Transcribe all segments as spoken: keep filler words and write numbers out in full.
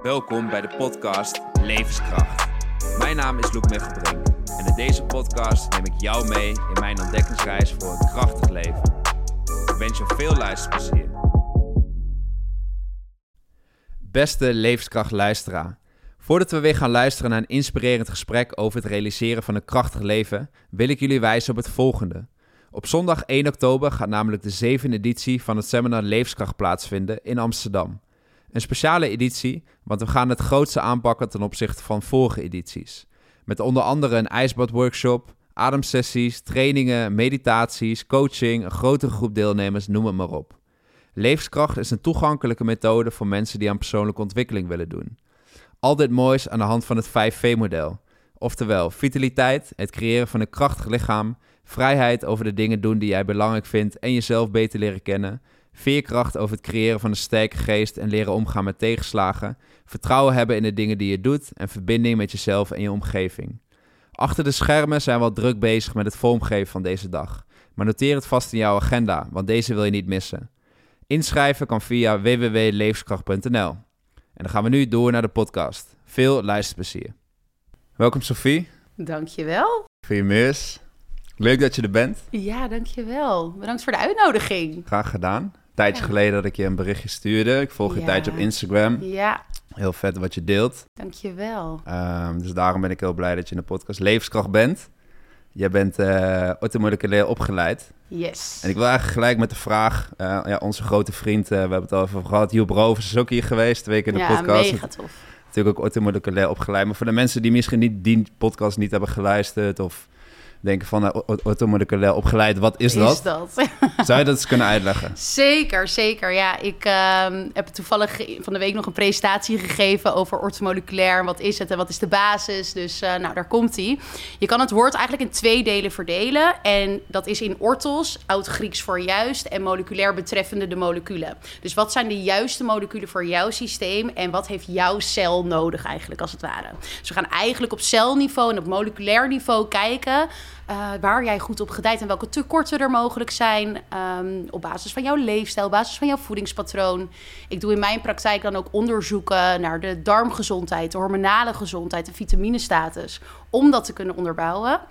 Welkom bij de podcast Levenskracht. Mijn naam is Loek Mechterbrink en in deze podcast neem ik jou mee in mijn ontdekkingsreis voor een krachtig leven. Ik wens je veel luisterplezier. Beste Levenskracht-luisteraar. Voordat we weer gaan luisteren naar een inspirerend gesprek over het realiseren van een krachtig leven, wil ik jullie wijzen op het volgende. Op zondag één oktober gaat namelijk de zevende editie van het seminar Levenskracht plaatsvinden in Amsterdam. Een speciale editie, want we gaan het grootste aanpakken ten opzichte van vorige edities. Met onder andere een ijsbadworkshop, ademsessies, trainingen, meditaties, coaching, een grotere groep deelnemers, noem het maar op. Levenskracht is een toegankelijke methode voor mensen die aan persoonlijke ontwikkeling willen doen. Al dit moois aan de hand van het vijf V model. Oftewel, vitaliteit, het creëren van een krachtig lichaam, vrijheid over de dingen doen die jij belangrijk vindt en jezelf beter leren kennen, veerkracht over het creëren van een sterke geest en leren omgaan met tegenslagen, vertrouwen hebben in de dingen die je doet en verbinding met jezelf en je omgeving. Achter de schermen zijn we al druk bezig met het vormgeven van deze dag. Maar noteer het vast in jouw agenda, want deze wil je niet missen. Inschrijven kan via w w w punt levenskracht punt n l. En dan gaan we nu door naar de podcast. Veel luisterplezier. Welkom Sophie. Dankjewel. Goedemiddag. Leuk dat je er bent. Ja, dankjewel. Bedankt voor de uitnodiging. Graag gedaan. Een tijdje ja. geleden dat ik je een berichtje stuurde. Ik volg je ja. een tijdje op Instagram. Ja. Heel vet wat je deelt. Dankjewel. Um, dus daarom ben ik heel blij dat je in de podcast Levenskracht bent. Jij bent uh, orthomoleculair opgeleid. Yes. En ik wil eigenlijk gelijk met de vraag, uh, ja, onze grote vriend, uh, we hebben het al over gehad, Joep Rovers is ook hier geweest, twee keer in de ja, podcast. Ja, mega tof. Natuurlijk ook orthomoleculair opgeleid. Maar voor de mensen die misschien niet die podcast niet hebben geluisterd of denken van uh, orthomoleculair opgeleid, wat is, is dat? dat? Zou je dat eens kunnen uitleggen? Zeker, zeker. Ja, ik uh, heb toevallig van de week nog een presentatie gegeven over orthomoleculair. Wat is het en wat is de basis? Dus uh, nou, daar komt-ie. Je kan het woord eigenlijk in twee delen verdelen. En dat is in orthos, oud-Grieks voor juist, en moleculair betreffende de moleculen. Dus wat zijn de juiste moleculen voor jouw systeem en wat heeft jouw cel nodig eigenlijk, als het ware? Dus we gaan eigenlijk op celniveau en op moleculair niveau kijken Uh, waar jij goed op gedijt en welke tekorten er mogelijk zijn. Um, op basis van jouw leefstijl, op basis van jouw voedingspatroon. Ik doe in mijn praktijk dan ook onderzoeken naar de darmgezondheid, de hormonale gezondheid, de vitaminestatus, om dat te kunnen onderbouwen.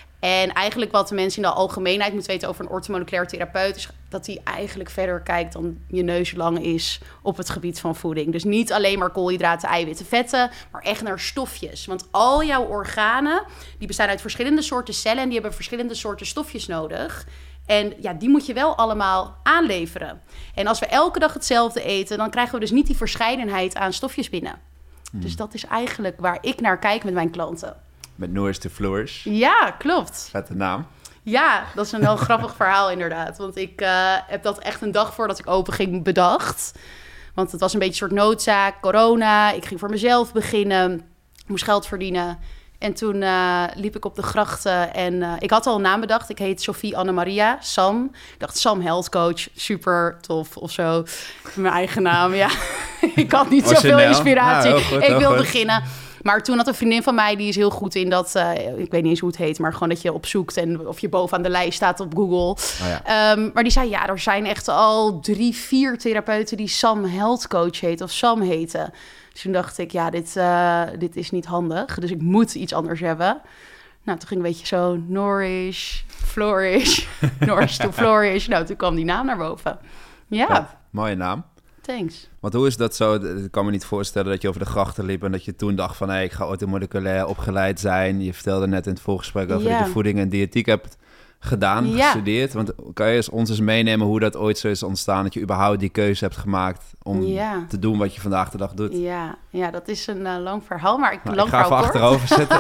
En eigenlijk wat de mensen in de algemeenheid moeten weten over een orthomoleculair therapeut is dat hij eigenlijk verder kijkt dan je neus lang is op het gebied van voeding. Dus niet alleen maar koolhydraten, eiwitten, vetten, maar echt naar stofjes. Want al jouw organen, die bestaan uit verschillende soorten cellen en die hebben verschillende soorten stofjes nodig. En ja, die moet je wel allemaal aanleveren. En als we elke dag hetzelfde eten, dan krijgen we dus niet die verscheidenheid aan stofjes binnen. Hmm. Dus dat is eigenlijk waar ik naar kijk met mijn klanten. Met Nourish to Flourish. Ja, klopt. Vet de naam. Ja, dat is een heel grappig verhaal inderdaad. Want ik uh, heb dat echt een dag voordat ik open ging bedacht. Want het was een beetje een soort noodzaak, corona. Ik ging voor mezelf beginnen. Ik moest geld verdienen. En toen uh, liep ik op de grachten en uh, ik had al een naam bedacht. Ik heet Sophie Annemaria, Sam. Ik dacht Sam Health Coach, super tof of zo. Mijn eigen naam, ja. Ik had niet zoveel inspiratie. Ja, goed, ik wil goed. beginnen. Maar toen had een vriendin van mij, die is heel goed in dat, uh, ik weet niet eens hoe het heet, maar gewoon dat je opzoekt en of je bovenaan de lijst staat op Google. Oh ja. um, maar die zei, ja, er zijn echt al drie, vier therapeuten die Sam Health Coach heet of Sam heten. Dus toen dacht ik, ja, dit, uh, dit is niet handig, dus ik moet iets anders hebben. Nou, toen ging een beetje zo Nourish, Flourish, Nourish to Flourish. Nou, toen kwam die naam naar boven. Ja. Ja, mooie naam. Thanks. Want hoe is dat zo? Ik kan me niet voorstellen dat je over de grachten liep en dat je toen dacht van, hé, hey, ik ga orthomoleculair opgeleid zijn. Je vertelde net in het voorgesprek over ja. dat je voeding en diëtiek hebt gedaan, ja. gestudeerd. Want kan je ons eens meenemen hoe dat ooit zo is ontstaan, dat je überhaupt die keuze hebt gemaakt om ja. te doen wat je vandaag de dag doet? Ja, ja dat is een uh, lang verhaal, maar ik, nou, lang ik ga even achterover zitten.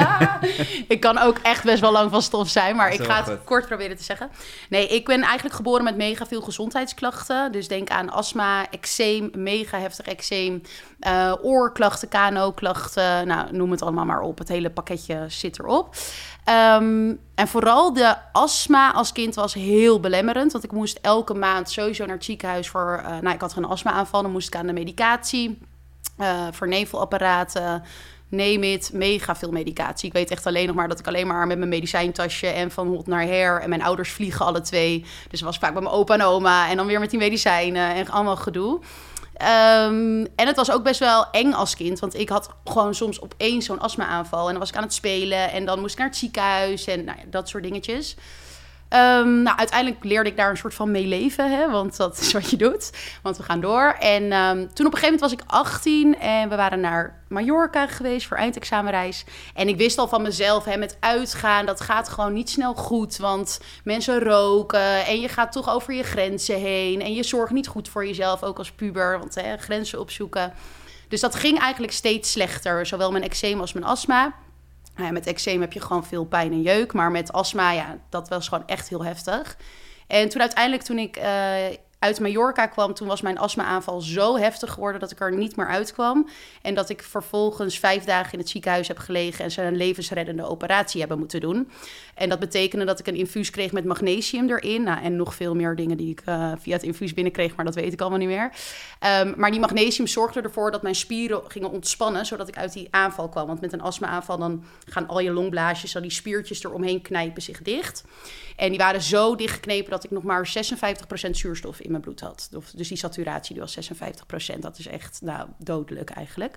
Ik kan ook echt best wel lang van stof zijn, maar ik ga het goed. kort proberen te zeggen. Nee, ik ben eigenlijk geboren met mega veel gezondheidsklachten. Dus denk aan astma, eczeem, mega heftig eczeem, uh, oorklachten, K N O-klachten. Nou, noem het allemaal maar op. Het hele pakketje zit erop. Um, en vooral de astma als kind was heel belemmerend. Want ik moest elke maand sowieso naar het ziekenhuis voor... Uh, nou, ik had een astma-aanval, dan moest ik aan de medicatie. Uh, voor nevelapparaten, name it, mega veel medicatie. Ik weet echt alleen nog maar dat ik alleen maar met mijn medicijntasje... en van hot naar her, en mijn ouders vliegen alle twee. Dus was vaak bij mijn opa en oma en dan weer met die medicijnen en allemaal gedoe. Um, en het was ook best wel eng als kind. Want ik had gewoon soms opeens zo'n astma-aanval. En dan was ik aan het spelen. En dan moest ik naar het ziekenhuis. En nou ja, dat soort dingetjes. Um, nou, uiteindelijk leerde ik daar een soort van mee leven. Hè? Want dat is wat je doet. Want we gaan door. En um, toen op een gegeven moment was ik achttien. En we waren naar Mallorca geweest voor eindexamenreis. En ik wist al van mezelf, hè, met uitgaan, dat gaat gewoon niet snel goed. Want mensen roken en je gaat toch over je grenzen heen. En je zorgt niet goed voor jezelf, ook als puber. Want hè, grenzen opzoeken. Dus dat ging eigenlijk steeds slechter. Zowel mijn eczeem als mijn astma. Nou ja, met eczeem heb je gewoon veel pijn en jeuk. Maar met astma, ja, dat was gewoon echt heel heftig. En toen uiteindelijk, toen ik uh, uit Mallorca kwam, toen was mijn astma-aanval zo heftig geworden dat ik er niet meer uitkwam. En dat ik vervolgens vijf dagen in het ziekenhuis heb gelegen en ze een levensreddende operatie hebben moeten doen. En dat betekende dat ik een infuus kreeg met magnesium erin. Nou, en nog veel meer dingen die ik uh, via het infuus binnenkreeg, maar dat weet ik allemaal niet meer. Um, maar die magnesium zorgde ervoor dat mijn spieren gingen ontspannen, zodat ik uit die aanval kwam. Want met een astma-aanval dan gaan al je longblaasjes, al die spiertjes eromheen knijpen zich dicht. En die waren zo dichtgeknepen dat ik nog maar zesenvijftig procent zuurstof in mijn bloed had. Dus die saturatie die was zesenvijftig procent. Dat is echt nou, dodelijk eigenlijk.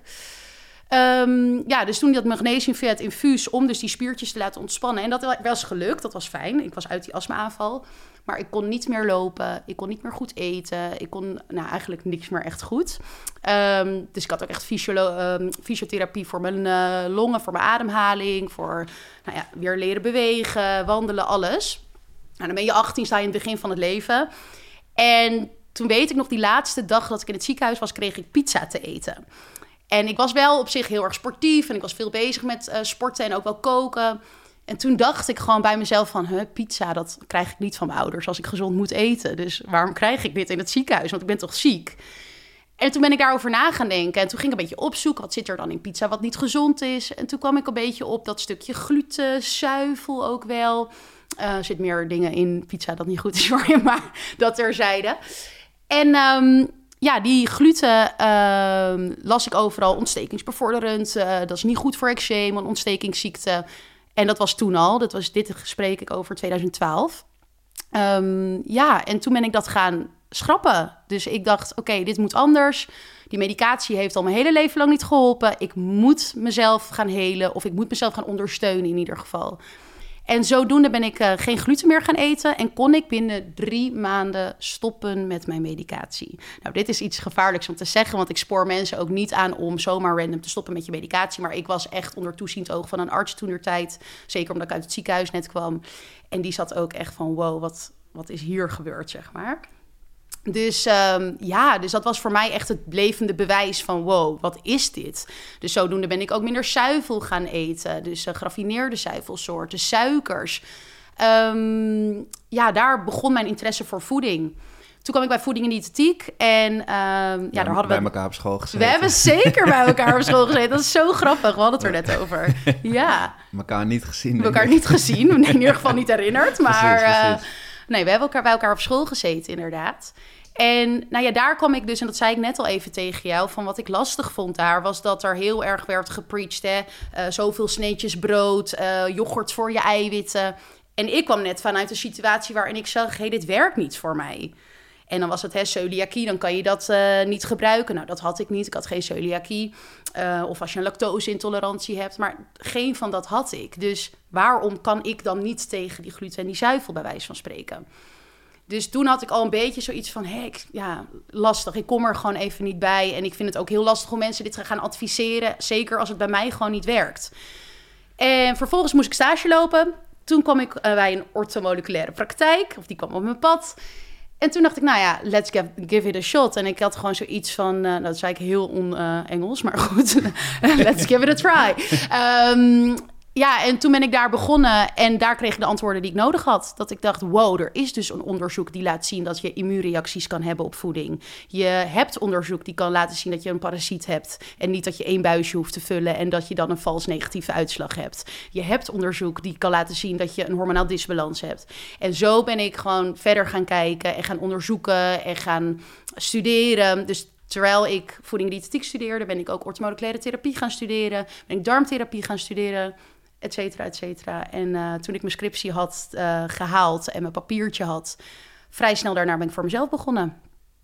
Um, ja, dus toen dat magnesium via het infuus om dus die spiertjes te laten ontspannen. En dat was gelukt, dat was fijn. Ik was uit die astma-aanval. Maar ik kon niet meer lopen, ik kon niet meer goed eten. Ik kon nou, eigenlijk niks meer echt goed. Um, dus ik had ook echt fysio- um, fysiotherapie voor mijn uh, longen, voor mijn ademhaling. Voor nou ja, weer leren bewegen, wandelen, alles. Nou, dan ben je achttien, sta je in het begin van het leven. En toen weet ik nog, die laatste dag dat ik in het ziekenhuis was, kreeg ik pizza te eten. En ik was wel op zich heel erg sportief en ik was veel bezig met uh, sporten en ook wel koken. En toen dacht ik gewoon bij mezelf van, huh, pizza, dat krijg ik niet van mijn ouders als ik gezond moet eten. Dus waarom krijg ik dit in het ziekenhuis? Want ik ben toch ziek? En toen ben ik daarover na gaan denken. En toen ging ik een beetje opzoeken, wat zit er dan in pizza wat niet gezond is? En toen kwam ik een beetje op dat stukje gluten, zuivel ook wel. Uh, er zit meer dingen in pizza dat niet goed is voor je, maar dat terzijde. En um, ja, die gluten uh, las ik overal ontstekingsbevorderend. Uh, dat is niet goed voor eczeem, een ontstekingsziekte. En dat was toen al. Dat was, dit spreek ik over twintig twaalf. Um, ja, en toen ben ik dat gaan schrappen. Dus ik dacht, oké, okay, dit moet anders. Die medicatie heeft al mijn hele leven lang niet geholpen. Ik moet mezelf gaan helen of ik moet mezelf gaan ondersteunen in ieder geval. En zodoende ben ik uh, geen gluten meer gaan eten en kon ik binnen drie maanden stoppen met mijn medicatie. Nou, dit is iets gevaarlijks om te zeggen, want ik spoor mensen ook niet aan om zomaar random te stoppen met je medicatie. Maar ik was echt onder toeziend oog van een arts toentertijd, zeker omdat ik uit het ziekenhuis net kwam. En die zat ook echt van, wow, wat, wat is hier gebeurd, zeg maar. Dus um, ja, dus dat was voor mij echt het levende bewijs van wow, wat is dit? Dus zodoende ben ik ook minder zuivel gaan eten. Dus uh, geraffineerde zuivelsoorten, suikers. Um, ja, daar begon mijn interesse voor voeding. Toen kwam ik bij voeding en diëtetiek en um, ja, ja, daar hadden bij we... elkaar op school gezeten. We hebben zeker bij elkaar op school gezeten. Dat is zo grappig, we hadden het er net over. Ja. Elkaar niet gezien. We elkaar niet gezien, in ieder geval niet herinnerd. Maar precies, precies. Uh, nee, we hebben elkaar bij elkaar op school gezeten, inderdaad. En nou ja, daar kwam ik dus, en dat zei ik net al even tegen jou, van wat ik lastig vond daar, was dat er heel erg werd gepreached, hè. Uh, zoveel sneetjes brood, uh, yoghurt voor je eiwitten. En ik kwam net vanuit een situatie waarin ik zag, hé, hey, dit werkt niet voor mij. En dan was het hè, celiakie, dan kan je dat uh, niet gebruiken. Nou, dat had ik niet. Ik had geen celiakie. Uh, of als je een lactose-intolerantie hebt. Maar geen van dat had ik. Dus waarom kan ik dan niet tegen die gluten en die zuivel bij wijze van spreken? Dus toen had ik al een beetje zoiets van, hé, ik, ja, lastig. Ik kom er gewoon even niet bij. En ik vind het ook heel lastig om mensen dit te gaan adviseren. Zeker als het bij mij gewoon niet werkt. En vervolgens moest ik stage lopen. Toen kwam ik uh, bij een orthomoleculaire praktijk. Of die kwam op mijn pad. En toen dacht ik, nou ja, let's give it a shot. En ik had gewoon zoiets van, uh, dat zei ik heel on-Engels, uh, maar goed. Let's give it a try. Um, ja, en toen ben ik daar begonnen en daar kreeg ik de antwoorden die ik nodig had. Dat ik dacht, wow, er is dus een onderzoek die laat zien dat je immuunreacties kan hebben op voeding. Je hebt onderzoek die kan laten zien dat je een parasiet hebt. En niet dat je één buisje hoeft te vullen en dat je dan een vals negatieve uitslag hebt. Je hebt onderzoek die kan laten zien dat je een hormonaal disbalans hebt. En zo ben ik gewoon verder gaan kijken en gaan onderzoeken en gaan studeren. Dus terwijl ik voeding en diëtetiek studeerde, ben ik ook orthomoleculaire therapie gaan studeren. Ben ik darmtherapie gaan studeren. Et cetera, et cetera. En uh, toen ik mijn scriptie had uh, gehaald en mijn papiertje had, vrij snel daarna ben ik voor mezelf begonnen.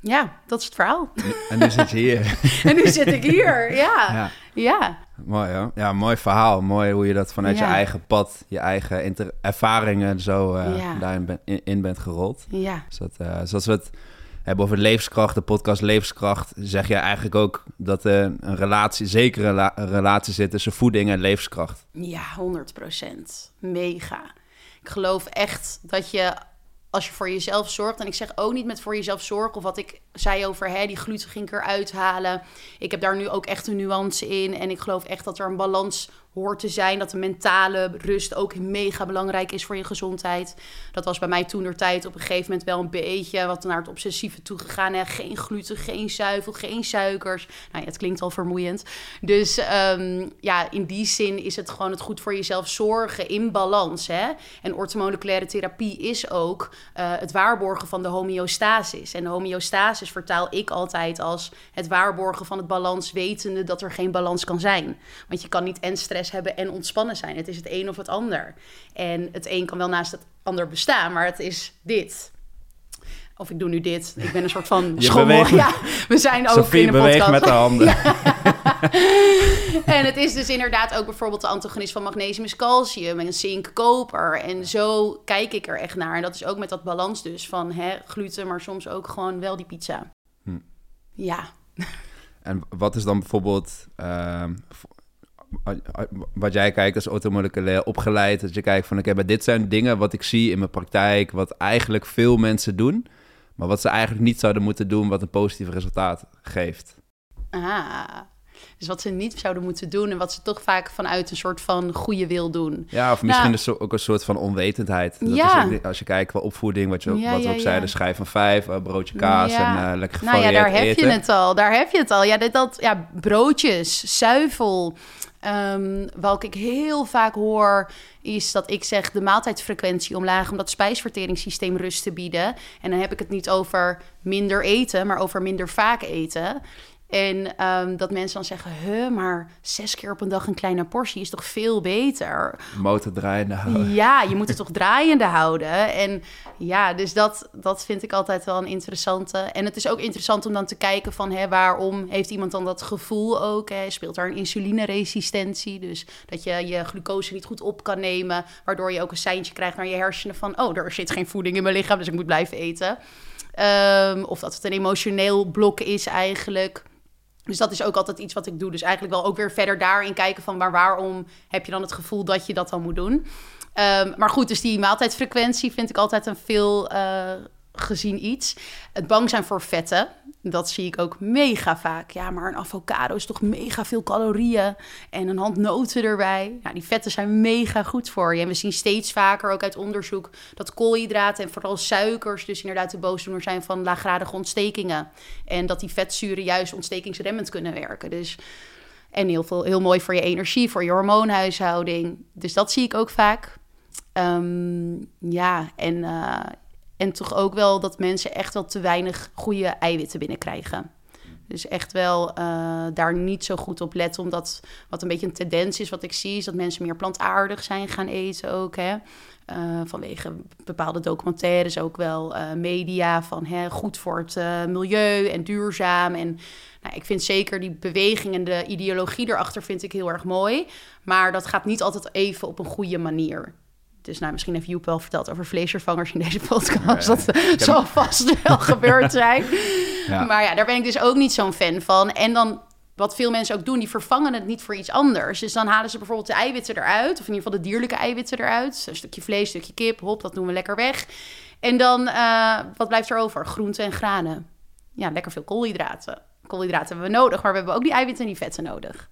Ja, dat is het verhaal. En nu zit je hier. En nu zit ik hier, ja. ja. ja. Mooi, hoor. Ja, mooi verhaal. Mooi hoe je dat vanuit ja. je eigen pad, je eigen inter- ervaringen zo uh, ja. daarin ben, in, in bent gerold. Ja. Dus dat, uh, zoals we het hebben over levenskracht, de podcast Levenskracht, zeg je eigenlijk ook dat uh, een relatie, zeker een, la- een relatie zit tussen voeding en levenskracht. Ja, honderd procent. Mega. Ik geloof echt dat je, als je voor jezelf zorgt, en ik zeg ook niet met voor jezelf zorgen, of wat ik zei over hè, die gluten ging ik eruit halen. Ik heb daar nu ook echt een nuance in. En ik geloof echt dat er een balans hoort te zijn. Dat de mentale rust ook mega belangrijk is voor je gezondheid. Dat was bij mij toentertijd op een gegeven moment wel een beetje wat naar het obsessieve toe gegaan. Hè. Geen gluten, geen zuivel, geen suikers. Nou ja, het klinkt al vermoeiend. Dus um, ja, in die zin is het gewoon het goed voor jezelf zorgen in balans. Hè. En orthomoleculaire therapie is ook uh, het waarborgen van de homeostasis. En de homeostasis vertaal ik altijd als het waarborgen van het balans, wetende dat er geen balans kan zijn. Want je kan niet en stress hebben en ontspannen zijn. Het is het een of het ander. En het een kan wel naast het ander bestaan, maar het is dit. Of ik doe nu dit. Ik ben een soort van schommel. Ja, we zijn ook Sophie in een podcast. met de handen. Ja. En het is dus inderdaad ook bijvoorbeeld de antagonist van magnesium is calcium en zink, koper. En zo kijk ik er echt naar. En dat is ook met dat balans dus van hè, gluten, maar soms ook gewoon wel die pizza. Hm. Ja. En wat is dan bijvoorbeeld Uh, wat jij kijkt als orthomoleculair opgeleid, dat je kijkt van oké, okay, maar dit zijn dingen wat ik zie in mijn praktijk, wat eigenlijk veel mensen doen, maar wat ze eigenlijk niet zouden moeten doen, wat een positief resultaat geeft. Ah, dus wat ze niet zouden moeten doen en wat ze toch vaak vanuit een soort van goede wil doen. Ja, of misschien nou, dus ook een soort van onwetendheid. Dat ja. is, als je kijkt qua opvoeding, wat, je, ja, wat we ja, ook zeiden, ja. schijf van vijf, uh, broodje kaas ja. en uh, lekker gevarieerd Nou ja, daar heb eten. je het al. Daar heb je het al. Ja, dat, dat, ja broodjes, zuivel. Um, wat ik heel vaak hoor, is dat ik zeg de maaltijdfrequentie omlaag om dat spijsverteringssysteem rust te bieden. En dan heb ik het niet over minder eten, maar over minder vaak eten. En um, dat mensen dan zeggen, huh, maar zes keer op een dag een kleine portie is toch veel beter? Motor draaiende houden. Ja, je moet het toch draaiende houden. En ja, dus dat, dat vind ik altijd wel een interessante. En het is ook interessant om dan te kijken van, hè, waarom heeft iemand dan dat gevoel ook? Hè? Speelt daar een insulineresistentie? Dus dat je je glucose niet goed op kan nemen, waardoor je ook een seintje krijgt naar je hersenen van, oh, er zit geen voeding in mijn lichaam, dus ik moet blijven eten. Um, of dat het een emotioneel blok is eigenlijk. Dus dat is ook altijd iets wat ik doe. Dus eigenlijk wel ook weer verder daarin kijken van, maar waarom heb je dan het gevoel dat je dat dan moet doen? Um, maar goed, dus die maaltijdfrequentie vind ik altijd een veel uh, gezien iets. Het bang zijn voor vetten, dat zie ik ook mega vaak. Ja, maar een avocado is toch mega veel calorieën en een hand noten erbij. Ja, die vetten zijn mega goed voor je. En we zien steeds vaker ook uit onderzoek dat koolhydraten en vooral suikers dus inderdaad de boosdoener zijn van laaggradige ontstekingen. En dat die vetzuren juist ontstekingsremmend kunnen werken. Dus, en heel, veel, heel mooi voor je energie, voor je hormoonhuishouding. Dus dat zie ik ook vaak. Um, ja, en... Uh, En toch ook wel dat mensen echt wel te weinig goede eiwitten binnenkrijgen. Dus echt wel uh, daar niet zo goed op letten. Omdat wat een beetje een tendens is wat ik zie, is dat mensen meer plantaardig zijn gaan eten ook. Hè? Uh, vanwege bepaalde documentaires ook wel uh, media van hè, goed voor het uh, milieu en duurzaam. En nou, ik vind zeker die beweging en de ideologie erachter vind ik heel erg mooi. Maar dat gaat niet altijd even op een goede manier. Dus nou, misschien heeft Joep wel verteld over vleesvervangers in deze podcast. Ja, ja. Dat zal vast wel gebeurd zijn. Ja. Maar ja, daar ben ik dus ook niet zo'n fan van. En dan, wat veel mensen ook doen, die vervangen het niet voor iets anders. Dus dan halen ze bijvoorbeeld de eiwitten eruit. Of in ieder geval de dierlijke eiwitten eruit. Een stukje vlees, een stukje kip, hop, dat doen we lekker weg. En dan, uh, wat blijft er over? Groenten en granen. Ja, lekker veel koolhydraten. Koolhydraten hebben we nodig, maar we hebben ook die eiwitten en die vetten nodig.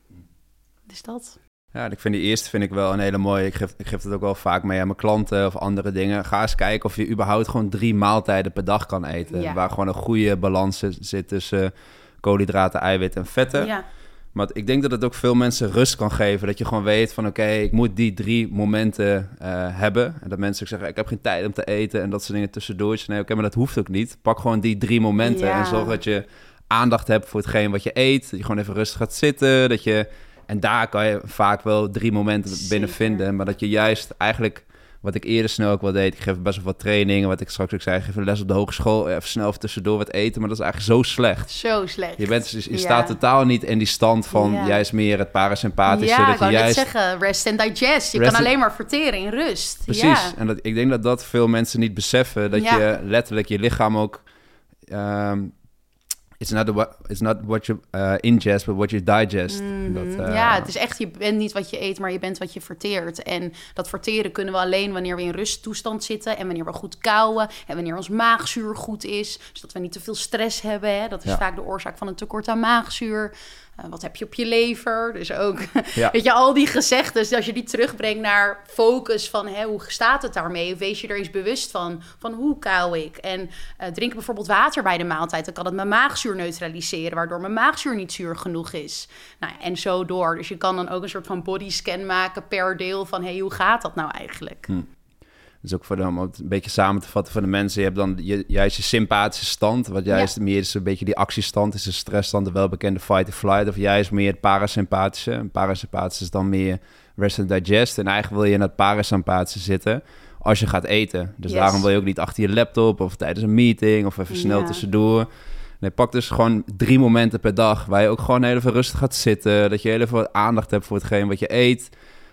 Dus dat... Ja, ik vind die eerste vind ik wel een hele mooie. Ik geef, ik geef het ook wel vaak mee aan mijn klanten of andere dingen. Ga eens kijken of je überhaupt gewoon drie maaltijden per dag kan eten. Ja. Waar gewoon een goede balans zit tussen koolhydraten, eiwit en vetten. Ja. Maar ik denk dat het ook veel mensen rust kan geven. Dat je gewoon weet van oké, okay, ik moet die drie momenten uh, hebben. En dat mensen ook zeggen, ik heb geen tijd om te eten. En dat soort dingen tussendoor. Nee, oké, okay, maar dat hoeft ook niet. Pak gewoon die drie momenten. Ja. En zorg dat je aandacht hebt voor hetgeen wat je eet. Dat je gewoon even rustig gaat zitten. Dat je... En daar kan je vaak wel drie momenten binnen vinden. Maar dat je juist eigenlijk wat ik eerder snel ook wel deed. Ik geef best wel wat trainingen, wat ik straks ook zei. Ik geef een les op de hogeschool, even snel even tussendoor wat eten. Maar dat is eigenlijk zo slecht. Zo slecht. Je, bent, je ja. staat totaal niet in die stand van ja. juist meer het parasympathische. Ja, dat ik wou je net juist... zeggen, rest and digest. Je Rest kan and... alleen maar verteren in rust. Precies. Ja. En dat, ik denk dat dat veel mensen niet beseffen. Dat ja. je letterlijk je lichaam ook... Um, It's not, what, it's not what you uh, ingest, but what you digest. Mm-hmm. Dat, uh... Ja, het is echt, je bent niet wat je eet, maar je bent wat je verteert. En dat verteren kunnen we alleen wanneer we in rusttoestand zitten... en wanneer we goed kauwen en wanneer ons maagzuur goed is. Zodat we niet te veel stress hebben. Hè? Dat is ja. vaak de oorzaak van een tekort aan maagzuur. Uh, wat heb je op je lever? Dus ook, ja. weet je, al die gezegdes, als je die terugbrengt naar focus van hè, hoe staat het daarmee? Wees je er eens bewust van, van hoe kauw ik? En uh, drink bijvoorbeeld water bij de maaltijd, dan kan het mijn maagzuur neutraliseren, waardoor mijn maagzuur niet zuur genoeg is. Nou, en zo door. Dus je kan dan ook een soort van bodyscan maken per deel van, hé, hey, hoe gaat dat nou eigenlijk? Hm. Dus ook voor de, om het een beetje samen te vatten voor de mensen. Je hebt dan je, juist je sympathische stand. Wat juist ja. meer is een beetje die actiestand. Is de stressstand, de welbekende fight or flight. Of juist meer het parasympathische. En parasympathische is dan meer rest and digest. En eigenlijk wil je in het parasympathische zitten als je gaat eten. Dus yes. daarom wil je ook niet achter je laptop of tijdens een meeting of even snel ja. tussendoor. Nee, pak dus gewoon drie momenten per dag waar je ook gewoon heel even rustig gaat zitten. Dat je heel even aandacht hebt voor hetgeen wat je eet.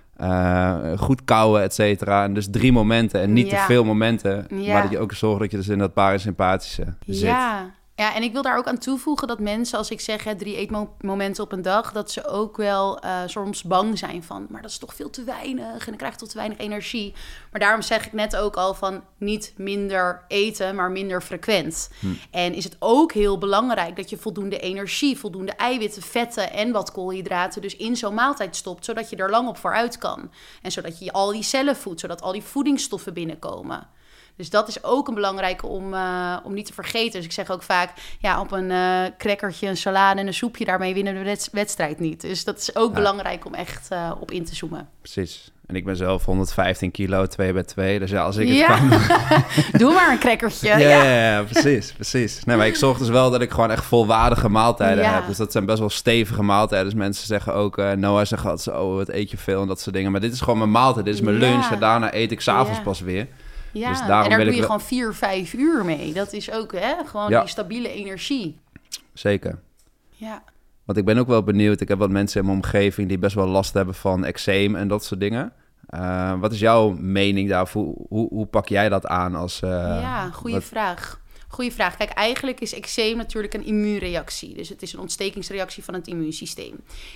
Uh, goed kauwen, et cetera. En dus drie momenten en niet ja. te veel momenten. Ja. Maar dat je ook zorgt dat je dus in dat parasympathische zit. Ja. Ja, en ik wil daar ook aan toevoegen dat mensen, als ik zeg hè, drie eetmomenten op een dag, dat ze ook wel uh, soms bang zijn van, maar dat is toch veel te weinig en dan krijg je toch te weinig energie. Maar daarom zeg ik net ook al van niet minder eten, maar minder frequent. Hm. En is het ook heel belangrijk dat je voldoende energie, voldoende eiwitten, vetten en wat koolhydraten dus in zo'n maaltijd stopt, zodat je er lang op vooruit kan. En zodat je al die cellen voedt, zodat al die voedingsstoffen binnenkomen. Dus dat is ook een belangrijke om, uh, om niet te vergeten. Dus ik zeg ook vaak, ja, op een uh, crackertje, een salade en een soepje, daarmee winnen we de wedstrijd niet. Dus dat is ook ja. belangrijk om echt uh, op in te zoomen. Precies. En ik ben zelf honderdvijftien kilo, twee bij twee. Dus ja, als ik het ja. kan... Doe maar een crackertje. Ja, ja. ja, ja, precies, precies. Nee, maar ik zorg dus wel dat ik gewoon echt volwaardige maaltijden ja. heb. Dus dat zijn best wel stevige maaltijden. Dus mensen zeggen ook, uh, Noah zegt altijd, oh, wat eet je veel en dat soort dingen. Maar dit is gewoon mijn maaltijd, dit is mijn ja. lunch. En daarna eet ik 's avonds ja. pas weer. Ja, dus en daar wil doe ik je wel... gewoon vier, vijf uur mee. Dat is ook, hè, gewoon ja. die stabiele energie. Zeker. Ja. Want ik ben ook wel benieuwd. Ik heb wat mensen in mijn omgeving die best wel last hebben van eczeem en dat soort dingen. Uh, wat is jouw mening daarvoor? Hoe, hoe, hoe pak jij dat aan als... Uh, ja, goede wat... vraag. Goeie vraag. Kijk, eigenlijk is eczeem natuurlijk een immuunreactie. Dus het is een ontstekingsreactie van het immuunsysteem.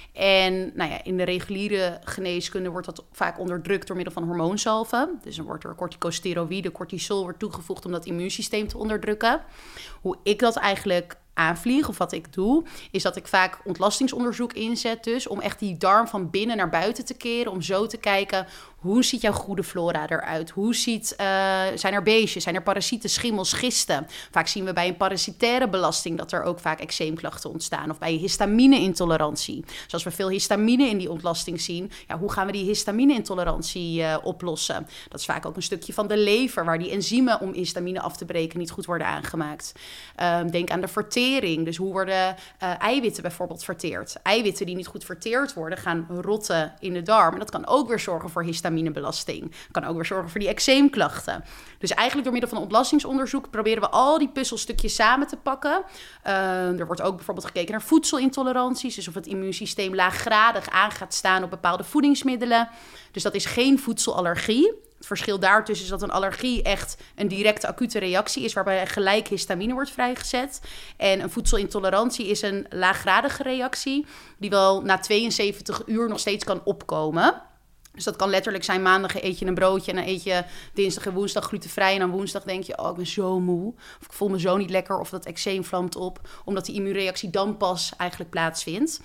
En nou ja, in de reguliere geneeskunde wordt dat vaak onderdrukt door middel van hormoonsalven. Dus dan wordt er corticosteroïde, cortisol wordt toegevoegd om dat immuunsysteem te onderdrukken. Hoe ik dat eigenlijk aanvlieg, of wat ik doe, is dat ik vaak ontlastingsonderzoek inzet dus, om echt die darm van binnen naar buiten te keren, om zo te kijken, hoe ziet jouw goede flora eruit? Hoe ziet, uh, zijn er beestjes, zijn er parasieten, schimmels, gisten? Vaak zien we bij een parasitaire belasting dat er ook vaak eczeemklachten ontstaan, of bij histamine-intolerantie. Dus als we veel histamine in die ontlasting zien, ja, hoe gaan we die histamine-intolerantie uh, oplossen? Dat is vaak ook een stukje van de lever, waar die enzymen om histamine af te breken niet goed worden aangemaakt. Uh, denk aan de vertering. Dus hoe worden uh, eiwitten bijvoorbeeld verteerd? Eiwitten die niet goed verteerd worden, gaan rotten in de darm. En dat kan ook weer zorgen voor histaminebelasting. Kan ook weer zorgen voor die eczeemklachten. Dus eigenlijk door middel van ontlastingsonderzoek proberen we al die puzzelstukjes samen te pakken. Uh, er wordt ook bijvoorbeeld gekeken naar voedselintoleranties. Dus of het immuunsysteem laaggradig aan gaat staan op bepaalde voedingsmiddelen. Dus dat is geen voedselallergie. Het verschil daartussen is dat een allergie echt een directe acute reactie is, waarbij gelijk histamine wordt vrijgezet. En een voedselintolerantie is een laaggradige reactie die wel na tweeënzeventig uur nog steeds kan opkomen. Dus dat kan letterlijk zijn, maandag eet je een broodje en dan eet je dinsdag en woensdag glutenvrij. En dan woensdag denk je, oh, ik ben zo moe. Of ik voel me zo niet lekker, of dat eczeem vlamt op. Omdat die immuunreactie dan pas eigenlijk plaatsvindt.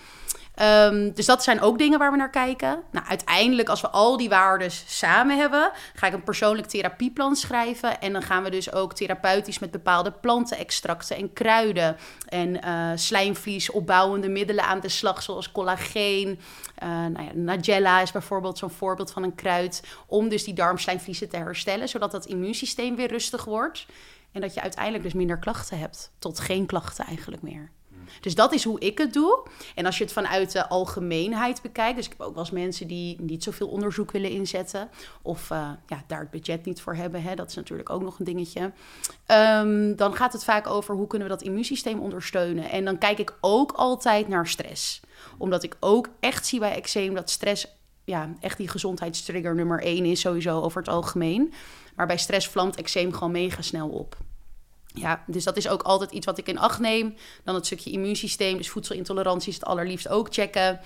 Um, dus dat zijn ook dingen waar we naar kijken. Nou, uiteindelijk, als we al die waarden samen hebben, ga ik een persoonlijk therapieplan schrijven. En dan gaan we dus ook therapeutisch met bepaalde plantenextracten en kruiden en uh, slijmvlies opbouwende middelen aan de slag, zoals collageen. Uh, nou ja, Nigella is bijvoorbeeld zo'n voorbeeld van een kruid, om dus die darmslijmvliezen te herstellen, zodat dat immuunsysteem weer rustig wordt. En dat je uiteindelijk dus minder klachten hebt. Tot geen klachten eigenlijk meer. dus dat is hoe ik het doe. En als je het vanuit de algemeenheid bekijkt, dus ik heb ook wel eens mensen die niet zoveel onderzoek willen inzetten, of uh, ja, daar het budget niet voor hebben, hè, dat is natuurlijk ook nog een dingetje. Um, dan gaat het vaak over hoe kunnen we dat immuunsysteem ondersteunen. En dan kijk ik ook altijd naar stress. Omdat ik ook echt zie bij eczeem dat stress ja, echt die gezondheidstrigger nummer één is sowieso over het algemeen. Maar bij stress vlamt eczeem gewoon mega snel op. Ja, dus dat is ook altijd iets wat ik in acht neem. Dan het stukje immuunsysteem, dus voedselintolerantie is het allerliefst ook checken.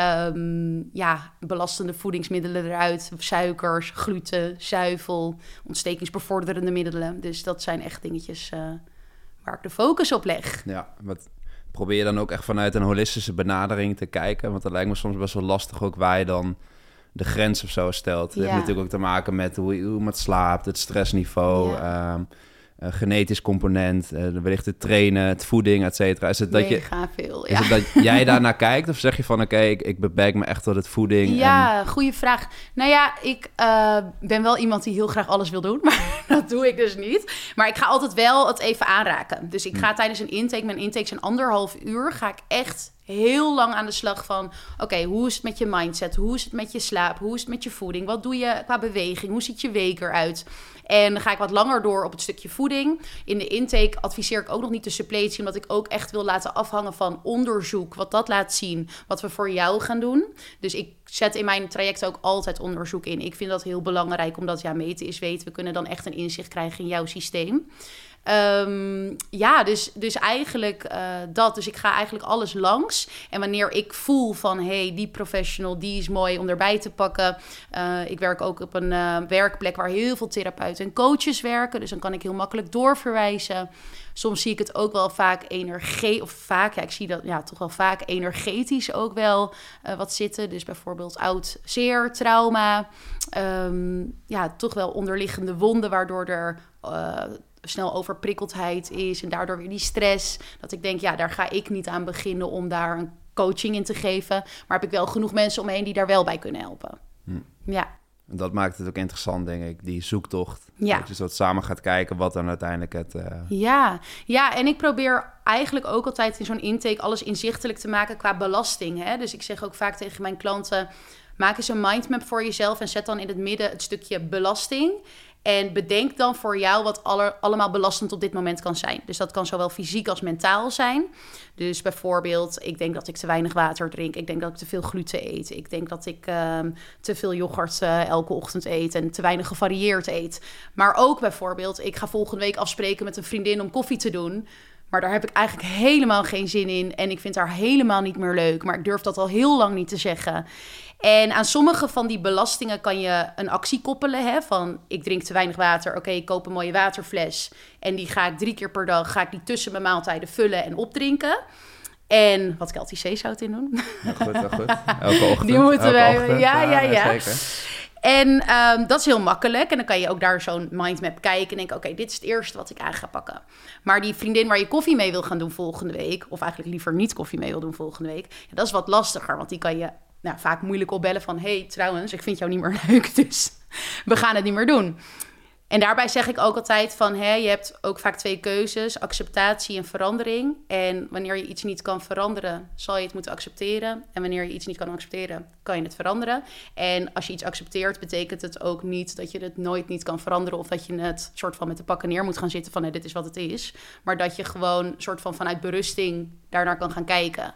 Um, ja, belastende voedingsmiddelen eruit, suikers, gluten, zuivel, ontstekingsbevorderende middelen. Dus dat zijn echt dingetjes uh, waar ik de focus op leg. Ja, wat probeer je dan ook echt vanuit een holistische benadering te kijken? Want dat lijkt me soms best wel lastig ook waar je dan de grens of zo stelt. Het ja. heeft natuurlijk ook te maken met hoe je, hoe je het slaapt, het stressniveau, ja. um, uh, genetisch component, uh, wellicht het trainen, het voeding, et cetera. Is het dat Mega je, veel, is ja. het dat jij daarnaar kijkt? Of zeg je van, oké, okay, ik, ik beperk me echt tot het voeding? Ja, en... goede vraag. Nou ja, ik uh, ben wel iemand die heel graag alles wil doen, maar dat doe ik dus niet. Maar ik ga altijd wel het even aanraken. Dus ik ga hm. tijdens een intake, mijn intake zijn anderhalf uur, ga ik echt heel lang aan de slag van, oké, okay, hoe is het met je mindset? Hoe is het met je slaap? Hoe is het met je voeding? Wat doe je qua beweging? Hoe ziet je week eruit? En dan ga ik wat langer door op het stukje voeding. In de intake adviseer ik ook nog niet de suppletie, omdat ik ook echt wil laten afhangen van onderzoek, wat dat laat zien, wat we voor jou gaan doen. Dus ik zet in mijn traject ook altijd onderzoek in. Ik vind dat heel belangrijk, omdat ja, meten is weten. We kunnen dan echt een inzicht krijgen in jouw systeem. Um, ja, dus, dus eigenlijk uh, dat. Dus ik ga eigenlijk alles langs. En wanneer ik voel van, hey, die professional, die is mooi om erbij te pakken. Uh, ik werk ook op een uh, werkplek waar heel veel therapeuten en coaches werken. Dus dan kan ik heel makkelijk doorverwijzen. Soms zie ik het ook wel vaak energie, of vaak, ja, ik zie dat ja, toch wel vaak energetisch ook wel uh, wat zitten. Dus bijvoorbeeld oud zeer, trauma. Um, ja, toch wel onderliggende wonden, waardoor er Uh, snel overprikkeldheid is en daardoor weer die stress. Dat ik denk, ja, daar ga ik niet aan beginnen om daar een coaching in te geven. Maar heb ik wel genoeg mensen om me heen die daar wel bij kunnen helpen. Hm. Ja. En dat maakt het ook interessant, denk ik, die zoektocht. Ja. Dat je zo samen gaat kijken wat dan uiteindelijk het... Uh... Ja. ja, en ik probeer eigenlijk ook altijd in zo'n intake alles inzichtelijk te maken qua belasting. Hè? Dus ik zeg ook vaak tegen mijn klanten, maak eens een mindmap voor jezelf en zet dan in het midden het stukje belasting. En bedenk dan voor jou wat aller, allemaal belastend op dit moment kan zijn. Dus dat kan zowel fysiek als mentaal zijn. Dus bijvoorbeeld, ik denk dat ik te weinig water drink. Ik denk dat ik te veel gluten eet. Ik denk dat ik uh, te veel yoghurt uh, elke ochtend eet en te weinig gevarieerd eet. Maar ook bijvoorbeeld, ik ga volgende week afspreken met een vriendin om koffie te doen. Maar daar heb ik eigenlijk helemaal geen zin in. En ik vind haar helemaal niet meer leuk. Maar ik durf dat al heel lang niet te zeggen. En aan sommige van die belastingen kan je een actie koppelen. Hè? Van, ik drink te weinig water. Oké, okay, ik koop een mooie waterfles. En die ga ik drie keer per dag, ga ik die tussen mijn maaltijden vullen en opdrinken. En wat Keltisch zeezout in doen. Ja, goed, ja, goed. Elke ochtend. Die moeten wij, ochtend, ja, ja, ja. ja. Zeker. En um, dat is heel makkelijk. En dan kan je ook daar zo'n mindmap kijken en denken, oké, okay, dit is het eerste wat ik aan ga pakken. Maar die vriendin waar je koffie mee wil gaan doen volgende week, of eigenlijk liever niet koffie mee wil doen volgende week, ja, dat is wat lastiger, want die kan je nou, vaak moeilijk opbellen van, hey, trouwens, ik vind jou niet meer leuk, dus we gaan het niet meer doen. En daarbij zeg ik ook altijd van, hè, je hebt ook vaak twee keuzes, acceptatie en verandering. En wanneer je iets niet kan veranderen, zal je het moeten accepteren. En wanneer je iets niet kan accepteren, kan je het veranderen. En als je iets accepteert, betekent het ook niet dat je het nooit niet kan veranderen, of dat je het soort van met de pakken neer moet gaan zitten van, hey, dit is wat het is. Maar dat je gewoon soort van vanuit berusting daarnaar kan gaan kijken.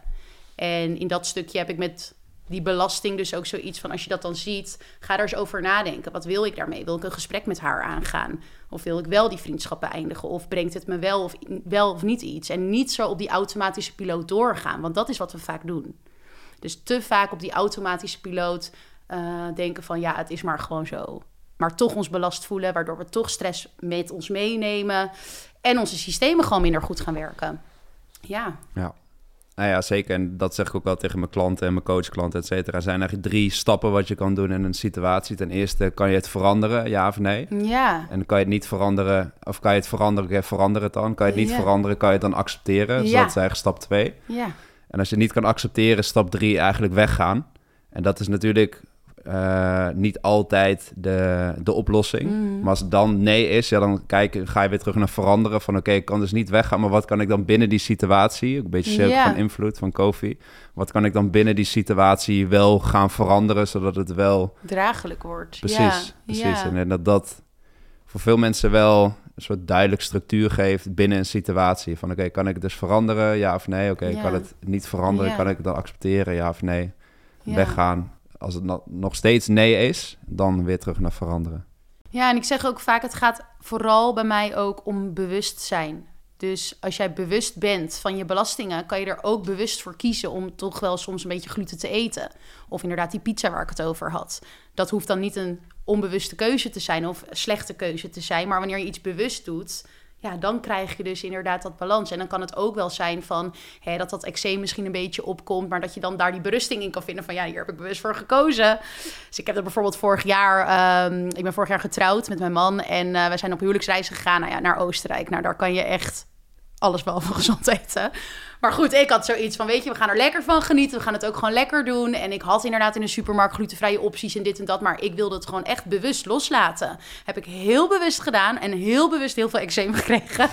En in dat stukje heb ik met die belasting dus ook zoiets van, als je dat dan ziet, ga er eens over nadenken. Wat wil ik daarmee? Wil ik een gesprek met haar aangaan? Of wil ik wel die vriendschap beëindigen? Of brengt het me wel of, wel of niet iets? En niet zo op die automatische piloot doorgaan, want dat is wat we vaak doen. Dus te vaak op die automatische piloot uh, denken van, ja, het is maar gewoon zo. Maar toch ons belast voelen, waardoor we toch stress met ons meenemen en onze systemen gewoon minder goed gaan werken. Ja. Ja. Nou ja, zeker. En dat zeg ik ook wel tegen mijn klanten en mijn coachklanten, et cetera. Er zijn eigenlijk drie stappen wat je kan doen in een situatie. Ten eerste, kan je het veranderen, ja of nee? Ja. En kan je het niet veranderen, of kan je het veranderen, okay, verander het dan. Kan je het niet ja. veranderen, kan je het dan accepteren. Dus ja. dat is eigenlijk stap twee. Ja. En als je het niet kan accepteren, stap drie eigenlijk weggaan. En dat is natuurlijk uh, niet altijd de, de oplossing. Mm. Maar als het dan nee is, ja, dan kijk, ga je weer terug naar veranderen. Van oké, okay, ik kan dus niet weggaan, maar wat kan ik dan binnen die situatie... Een beetje cirkel yeah. van invloed van Kofi. Wat kan ik dan binnen die situatie wel gaan veranderen, zodat het wel... draaglijk wordt. Precies, ja. precies. Ja. En dat dat voor veel mensen wel... een soort duidelijk structuur geeft binnen een situatie. Van oké, okay, kan ik het dus veranderen, ja of nee? Oké, okay, ja. kan het niet veranderen, ja. kan ik het dan accepteren, ja of nee? Ja. Weggaan. Als het no- nog steeds nee is, dan weer terug naar veranderen. Ja, en ik zeg ook vaak, het gaat vooral bij mij ook om bewustzijn. Dus als jij bewust bent van je belastingen, kan je er ook bewust voor kiezen om toch wel soms een beetje gluten te eten. Of inderdaad die pizza waar ik het over had. Dat hoeft dan niet een onbewuste keuze te zijn of een slechte keuze te zijn. Maar wanneer je iets bewust doet, ja, dan krijg je dus inderdaad dat balans. En dan kan het ook wel zijn van hè, dat dat eczeem misschien een beetje opkomt, maar dat je dan daar die berusting in kan vinden van ja, hier heb ik bewust voor gekozen. Dus ik heb dat bijvoorbeeld vorig jaar, um, ik ben vorig jaar getrouwd met mijn man en uh, wij zijn op huwelijksreis gegaan nou ja, naar Oostenrijk. Nou, daar kan je echt alles behalve gezond eten. Maar goed, ik had zoiets van, weet je, we gaan er lekker van genieten. We gaan het ook gewoon lekker doen. En ik had inderdaad in de supermarkt glutenvrije opties en dit en dat. Maar ik wilde het gewoon echt bewust loslaten. Heb ik heel bewust gedaan en heel bewust heel veel eczeem gekregen.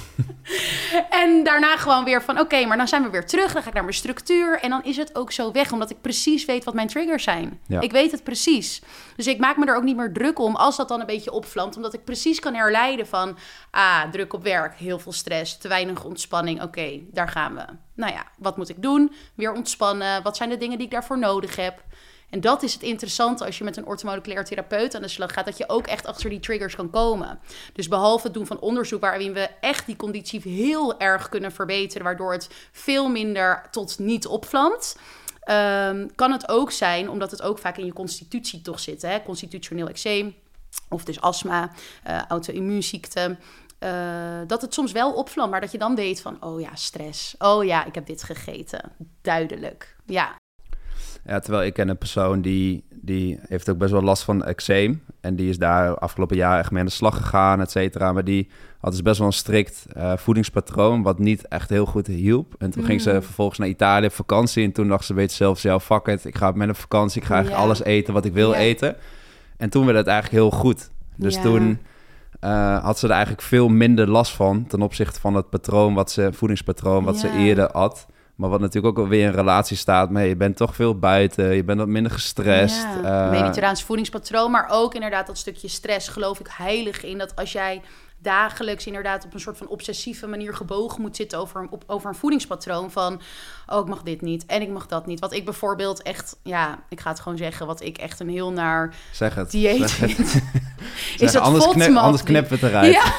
En daarna gewoon weer van, oké, okay, maar dan zijn we weer terug. Dan ga ik naar mijn structuur. En dan is het ook zo weg, omdat ik precies weet wat mijn triggers zijn. Ja. Ik weet het precies. Dus ik maak me er ook niet meer druk om als dat dan een beetje opvlamt. Omdat ik precies kan herleiden van, ah, druk op werk, heel veel stress, te weinig ontspanning. Oké, okay, daar gaan we. Nou ja, wat moet ik doen? Weer ontspannen. Wat zijn de dingen die ik daarvoor nodig heb? En dat is het interessante als je met een orthomoleculair therapeut aan de slag gaat, dat je ook echt achter die triggers kan komen. Dus behalve het doen van onderzoek waarin we echt die conditie heel erg kunnen verbeteren, waardoor het veel minder tot niet opvlamt, um, kan het ook zijn, omdat het ook vaak in je constitutie toch zit, hè? Constitutioneel eczeem, of dus astma, uh, auto-immuunziekte. Uh, dat het soms wel opvlamt, maar dat je dan weet van, oh ja, stress. Oh ja, ik heb dit gegeten. Duidelijk, ja. Ja, terwijl ik ken een persoon die, die heeft ook best wel last van eczeem. En die is daar afgelopen jaar echt mee aan de slag gegaan, et cetera. Maar die had dus best wel een strikt uh, voedingspatroon, wat niet echt heel goed hielp. En toen mm. ging ze vervolgens naar Italië op vakantie. En toen dacht ze, weet zelf, zelf, fuck it, ik ga met een vakantie. Ik ga eigenlijk ja. alles eten wat ik wil ja. eten. En toen werd het eigenlijk heel goed. Dus ja. toen uh, had ze er eigenlijk veel minder last van ten opzichte van het patroon, wat ze, voedingspatroon, wat ja. ze eerder had. Maar wat natuurlijk ook weer in relatie staat met, je bent toch veel buiten, je bent wat minder gestrest. Ja, uh, mediterraans voedingspatroon, maar ook inderdaad dat stukje stress, geloof ik heilig in. Dat als jij dagelijks inderdaad op een soort van obsessieve manier gebogen moet zitten over een, op, over een voedingspatroon van, oh, ik mag dit niet en ik mag dat niet. Wat ik bijvoorbeeld echt, ja, ik ga het gewoon zeggen, wat ik echt een heel naar zeg het, dieet zeg vind, het. is dat anders, knip, anders knippen we het eruit. Ja.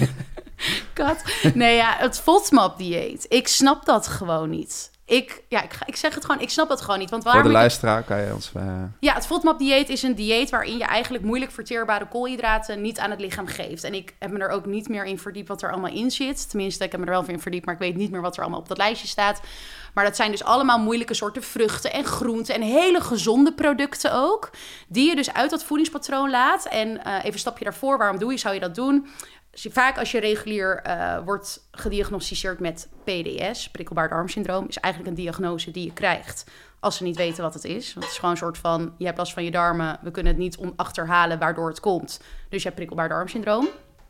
Kat. Nee, ja, het FODMAP-dieet. Ik snap dat gewoon niet. Ik, ja, ik, ik zeg het gewoon, ik snap dat gewoon niet. Want Voor de luisteraar ik... kan je ons... Uh... Ja, het FODMAP-dieet is een dieet waarin je eigenlijk moeilijk verteerbare koolhydraten niet aan het lichaam geeft. En ik heb me er ook niet meer in verdiept wat er allemaal in zit. Tenminste, ik heb me er wel in verdiept, maar ik weet niet meer wat er allemaal op dat lijstje staat. Maar dat zijn dus allemaal moeilijke soorten vruchten en groenten en hele gezonde producten ook. Die je dus uit dat voedingspatroon laat. En uh, even een stapje daarvoor, waarom doe je, zou je dat doen? Vaak als je regulier uh, wordt gediagnosticeerd met P D S, prikkelbaar darmsyndroom, is eigenlijk een diagnose die je krijgt als ze niet weten wat het is. Want het is gewoon een soort van, je hebt last van je darmen, we kunnen het niet achterhalen waardoor het komt. Dus je hebt prikkelbaar darmsyndroom.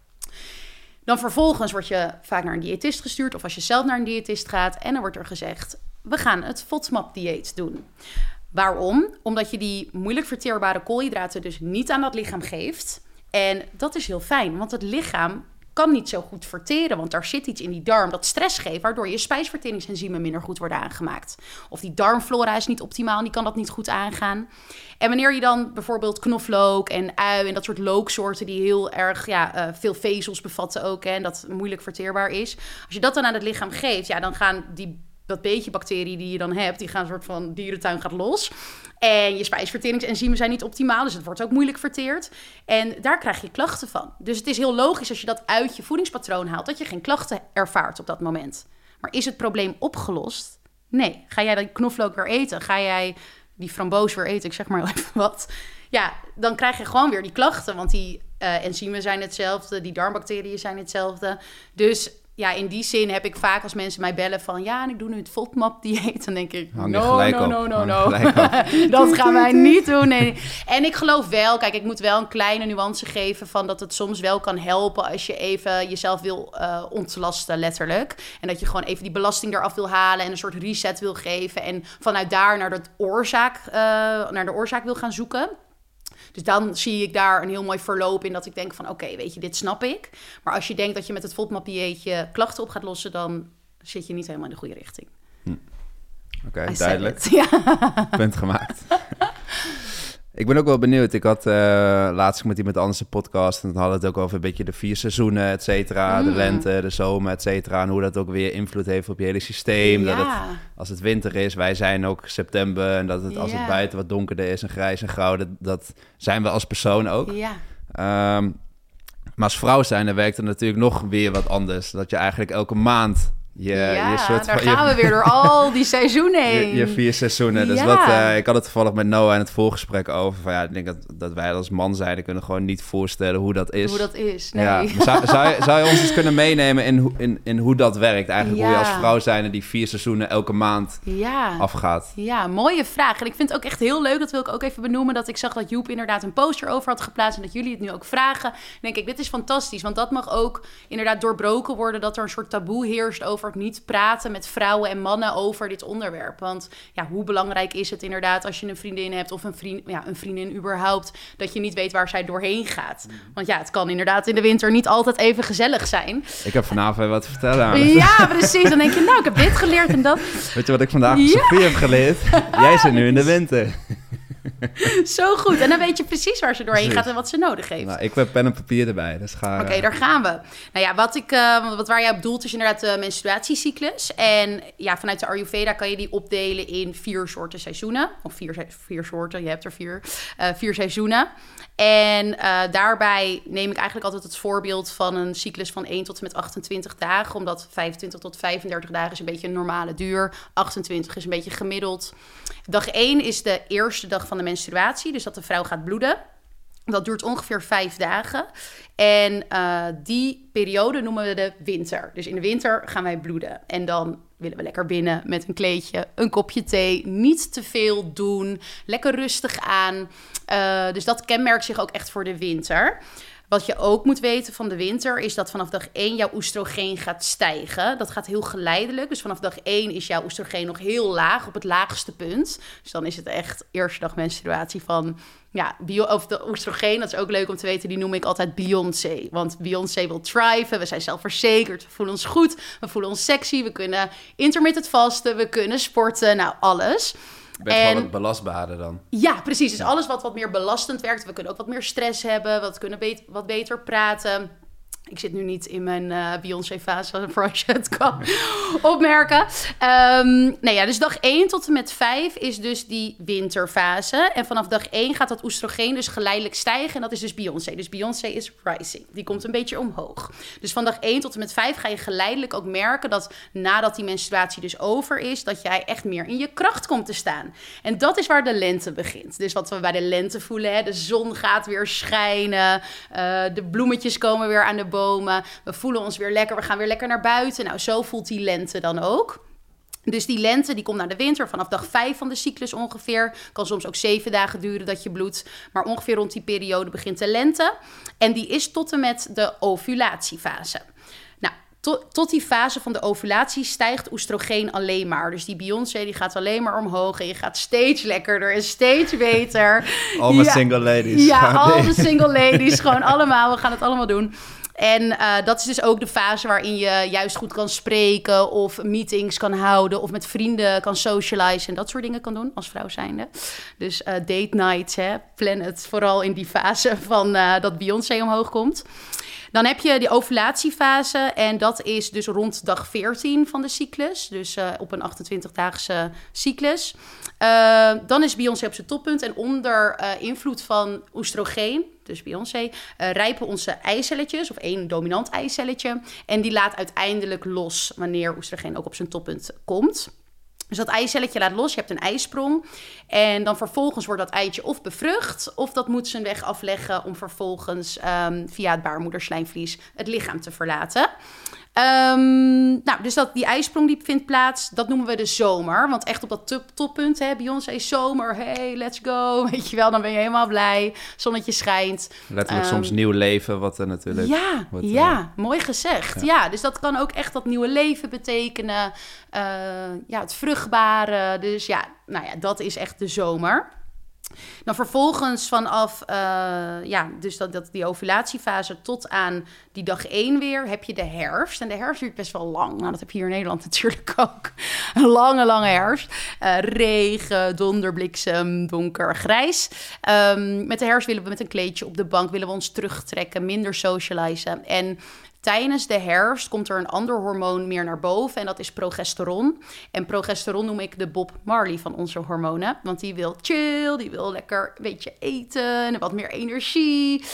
Dan vervolgens word je vaak naar een diëtist gestuurd, of als je zelf naar een diëtist gaat, en dan wordt er gezegd, we gaan het FODMAP-dieet doen. Waarom? Omdat je die moeilijk verteerbare koolhydraten dus niet aan dat lichaam geeft. En dat is heel fijn, want het lichaam kan niet zo goed verteren, want daar zit iets in die darm dat stress geeft, waardoor je spijsverteringsenzymen minder goed worden aangemaakt. Of die darmflora is niet optimaal en die kan dat niet goed aangaan. En wanneer je dan bijvoorbeeld knoflook en ui en dat soort looksoorten die heel erg ja, uh, veel vezels bevatten ook, hè, en dat moeilijk verteerbaar is. Als je dat dan aan het lichaam geeft, ja, dan gaan die dat beetje bacteriën die je dan hebt, die gaan een soort van dierentuin gaat los. En je spijsverteringsenzymen zijn niet optimaal, dus het wordt ook moeilijk verteerd. En daar krijg je klachten van. Dus het is heel logisch als je dat uit je voedingspatroon haalt, dat je geen klachten ervaart op dat moment. Maar is het probleem opgelost? Nee. Ga jij die knoflook weer eten? Ga jij die framboos weer eten? Ik zeg maar even wat. Ja, dan krijg je gewoon weer die klachten, want die uh, enzymen zijn hetzelfde, die darmbacteriën zijn hetzelfde. Dus ja, in die zin heb ik vaak als mensen mij bellen van... ja, en ik doe nu het FODMAP-dieet. Dan denk ik, Hang je no, gelijk no, op. no, no, Hang je no. gelijk op. Dat gaan wij niet doen. Nee. En ik geloof wel, kijk, ik moet wel een kleine nuance geven... van dat het soms wel kan helpen als je even jezelf wil uh, ontlasten, letterlijk. En dat je gewoon even die belasting eraf wil halen... en een soort reset wil geven. En vanuit daar naar de oorzaak, uh, naar de oorzaak wil gaan zoeken... Dus dan zie ik daar een heel mooi verloop in dat ik denk van... oké, okay, weet je, dit snap ik. Maar als je denkt dat je met het FODMAP-dieetje klachten op gaat lossen... dan zit je niet helemaal in de goede richting. Hm. Oké, okay, I duidelijk. Ja. Punt gemaakt. Ik ben ook wel benieuwd. Ik had uh, laatst met iemand anders een podcast... en dan hadden we het ook over een beetje de vier seizoenen, et cetera. Mm. De lente, de zomer, et cetera. En hoe dat ook weer invloed heeft op je hele systeem. Ja. Dat het, als het winter is, wij zijn ook september... en dat het, als ja. het buiten wat donkerder is en grijs en grauw... dat, dat zijn we als persoon ook. Ja. Um, maar als vrouw zijn, dan werkt het natuurlijk nog weer wat anders. Dat je eigenlijk elke maand... Je, ja, je soort daar van, gaan je, we weer door al die seizoenen heen. Je, je vier seizoenen. Dus ja. wat, uh, ik had het toevallig met Noah in het voorgesprek over. Van, ja, ik denk dat, dat wij als man zijn kunnen gewoon niet voorstellen hoe dat is. Hoe dat is, nee. Ja, zou, zou, je, zou je ons eens kunnen meenemen in, in, in hoe dat werkt? Eigenlijk ja. hoe je als vrouw zijn die vier seizoenen elke maand ja. afgaat. Ja, mooie vraag. En ik vind het ook echt heel leuk, dat wil ik ook even benoemen... dat ik zag dat Joep inderdaad een poster over had geplaatst... en dat jullie het nu ook vragen. Dan denk ik, dit is fantastisch. Want dat mag ook inderdaad doorbroken worden... dat er een soort taboe heerst over het niet praten... met vrouwen en mannen over dit onderwerp. Want ja, hoe belangrijk is het inderdaad als je een vriendin hebt of een, vriend, ja, een vriendin überhaupt, dat je niet weet waar zij doorheen gaat. Want ja, het kan inderdaad in de winter niet altijd even gezellig zijn. Ik heb vanavond wat te vertellen aan. Ja, precies. Dan denk je, nou, ik heb dit geleerd en dat. Weet je wat ik vandaag van ja. Sophie heb geleerd? Jij zit nu in de winter. Zo goed. En dan weet je precies waar ze doorheen precies. gaat en wat ze nodig heeft. Nou, ik heb pen en papier erbij. Dus ga... Oké, okay, daar gaan we. Nou ja, wat, ik, uh, wat waar jij op doelt is inderdaad de menstruatiecyclus. En ja, vanuit de Ayurveda kan je die opdelen in vier soorten seizoenen. Of vier, vier soorten, je hebt er vier. Uh, vier seizoenen. En uh, daarbij neem ik eigenlijk altijd het voorbeeld van een cyclus van één tot en met achtentwintig dagen. Omdat vijfentwintig tot vijfendertig dagen is een beetje een normale duur. achtentwintig is een beetje gemiddeld. Dag één is de eerste dag van de menstruatie. Dus dat de vrouw gaat bloeden. Dat duurt ongeveer vijf dagen. En uh, die periode noemen we de winter. Dus in de winter gaan wij bloeden. En dan willen we lekker binnen met een kleedje, een kopje thee. Niet te veel doen. Lekker rustig aan. Uh, dus dat kenmerkt zich ook echt voor de winter. Wat je ook moet weten van de winter is dat vanaf dag één jouw oestrogeen gaat stijgen. Dat gaat heel geleidelijk. Dus vanaf dag één is jouw oestrogeen nog heel laag, op het laagste punt. Dus dan is het echt eerste dag menstruatie van... Ja, bio, of de oestrogeen, dat is ook leuk om te weten, die noem ik altijd Beyoncé. Want Beyoncé wil thriven, we zijn zelfverzekerd, we voelen ons goed, we voelen ons sexy, we kunnen intermittent vasten, we kunnen sporten, nou alles. Je bent gewoon wat belastbaarder dan. Ja, precies. Dus ja. Alles wat wat meer belastend werkt. We kunnen ook wat meer stress hebben. We kunnen bet- wat beter praten. Ik zit nu niet in mijn uh, Beyoncé-fase, voor als je het kan opmerken. Um, nou ja, dus dag één tot en met vijf is dus die winterfase. En vanaf dag één gaat dat oestrogeen dus geleidelijk stijgen. En dat is dus Beyoncé. Dus Beyoncé is rising. Die komt een beetje omhoog. Dus van dag één tot en met vijf ga je geleidelijk ook merken dat nadat die menstruatie dus over is, dat jij echt meer in je kracht komt te staan. En dat is waar de lente begint. Dus wat we bij de lente voelen, hè, de zon gaat weer schijnen. Uh, de bloemetjes komen weer aan de bomen. We voelen ons weer lekker. We gaan weer lekker naar buiten. Nou, zo voelt die lente dan ook. Dus die lente die komt naar de winter vanaf dag vijf van de cyclus ongeveer. Kan soms ook zeven dagen duren dat je bloedt. Maar ongeveer rond die periode begint de lente. En die is tot en met de ovulatiefase. Nou, tot, tot die fase van de ovulatie stijgt oestrogeen alleen maar. Dus die Beyoncé die gaat alleen maar omhoog. En je gaat steeds lekkerder en steeds beter. All my ja, single ladies. Ja, al de single ladies. Gewoon allemaal. We gaan het allemaal doen. En uh, dat is dus ook de fase waarin je juist goed kan spreken of meetings kan houden of met vrienden kan socializen en dat soort dingen kan doen als vrouw zijnde. Dus uh, date nights, hè, plan het vooral in die fase van uh, dat Beyoncé omhoog komt. Dan heb je die ovulatiefase en dat is dus rond dag veertien van de cyclus. Dus uh, op een achtentwintigdaagse cyclus. Uh, dan is Beyoncé op zijn toppunt en onder uh, invloed van oestrogeen, dus Beyoncé, uh, rijpen onze eicelletjes of één dominant eicelletje. En die laat uiteindelijk los wanneer oestrogeen ook op zijn toppunt komt. Dus dat eicelletje laat los, je hebt een eisprong. En dan vervolgens wordt dat eitje of bevrucht, of dat moet zijn weg afleggen om vervolgens um, via het baarmoederslijmvlies het lichaam te verlaten. Um, nou, dus dat, die ijsprong die vindt plaats, dat noemen we de zomer. Want echt op dat top, toppunt, hè, Beyoncé zomer, hey, let's go. Weet je wel, dan ben je helemaal blij. Zonnetje schijnt. Letterlijk um, soms nieuw leven, wat er natuurlijk... Ja, wat, ja uh, mooi gezegd. Ja. ja, dus dat kan ook echt dat nieuwe leven betekenen. Uh, ja, het vruchtbare. Dus ja, nou ja, dat is echt de zomer. Dan vervolgens vanaf uh, ja, dus dat, dat die ovulatiefase tot aan die dag één weer heb je de herfst. En de herfst duurt best wel lang. Nou, dat heb je hier in Nederland natuurlijk ook. Een lange, lange herfst. Uh, regen, donder, bliksem, donker, grijs. Um, met de herfst willen we met een kleedje op de bank, willen we ons terugtrekken, minder socializen. En tijdens de herfst komt er een ander hormoon meer naar boven en dat is progesteron. En progesteron noem ik de Bob Marley van onze hormonen. Want die wil chill, die wil lekker een beetje eten en wat meer energie.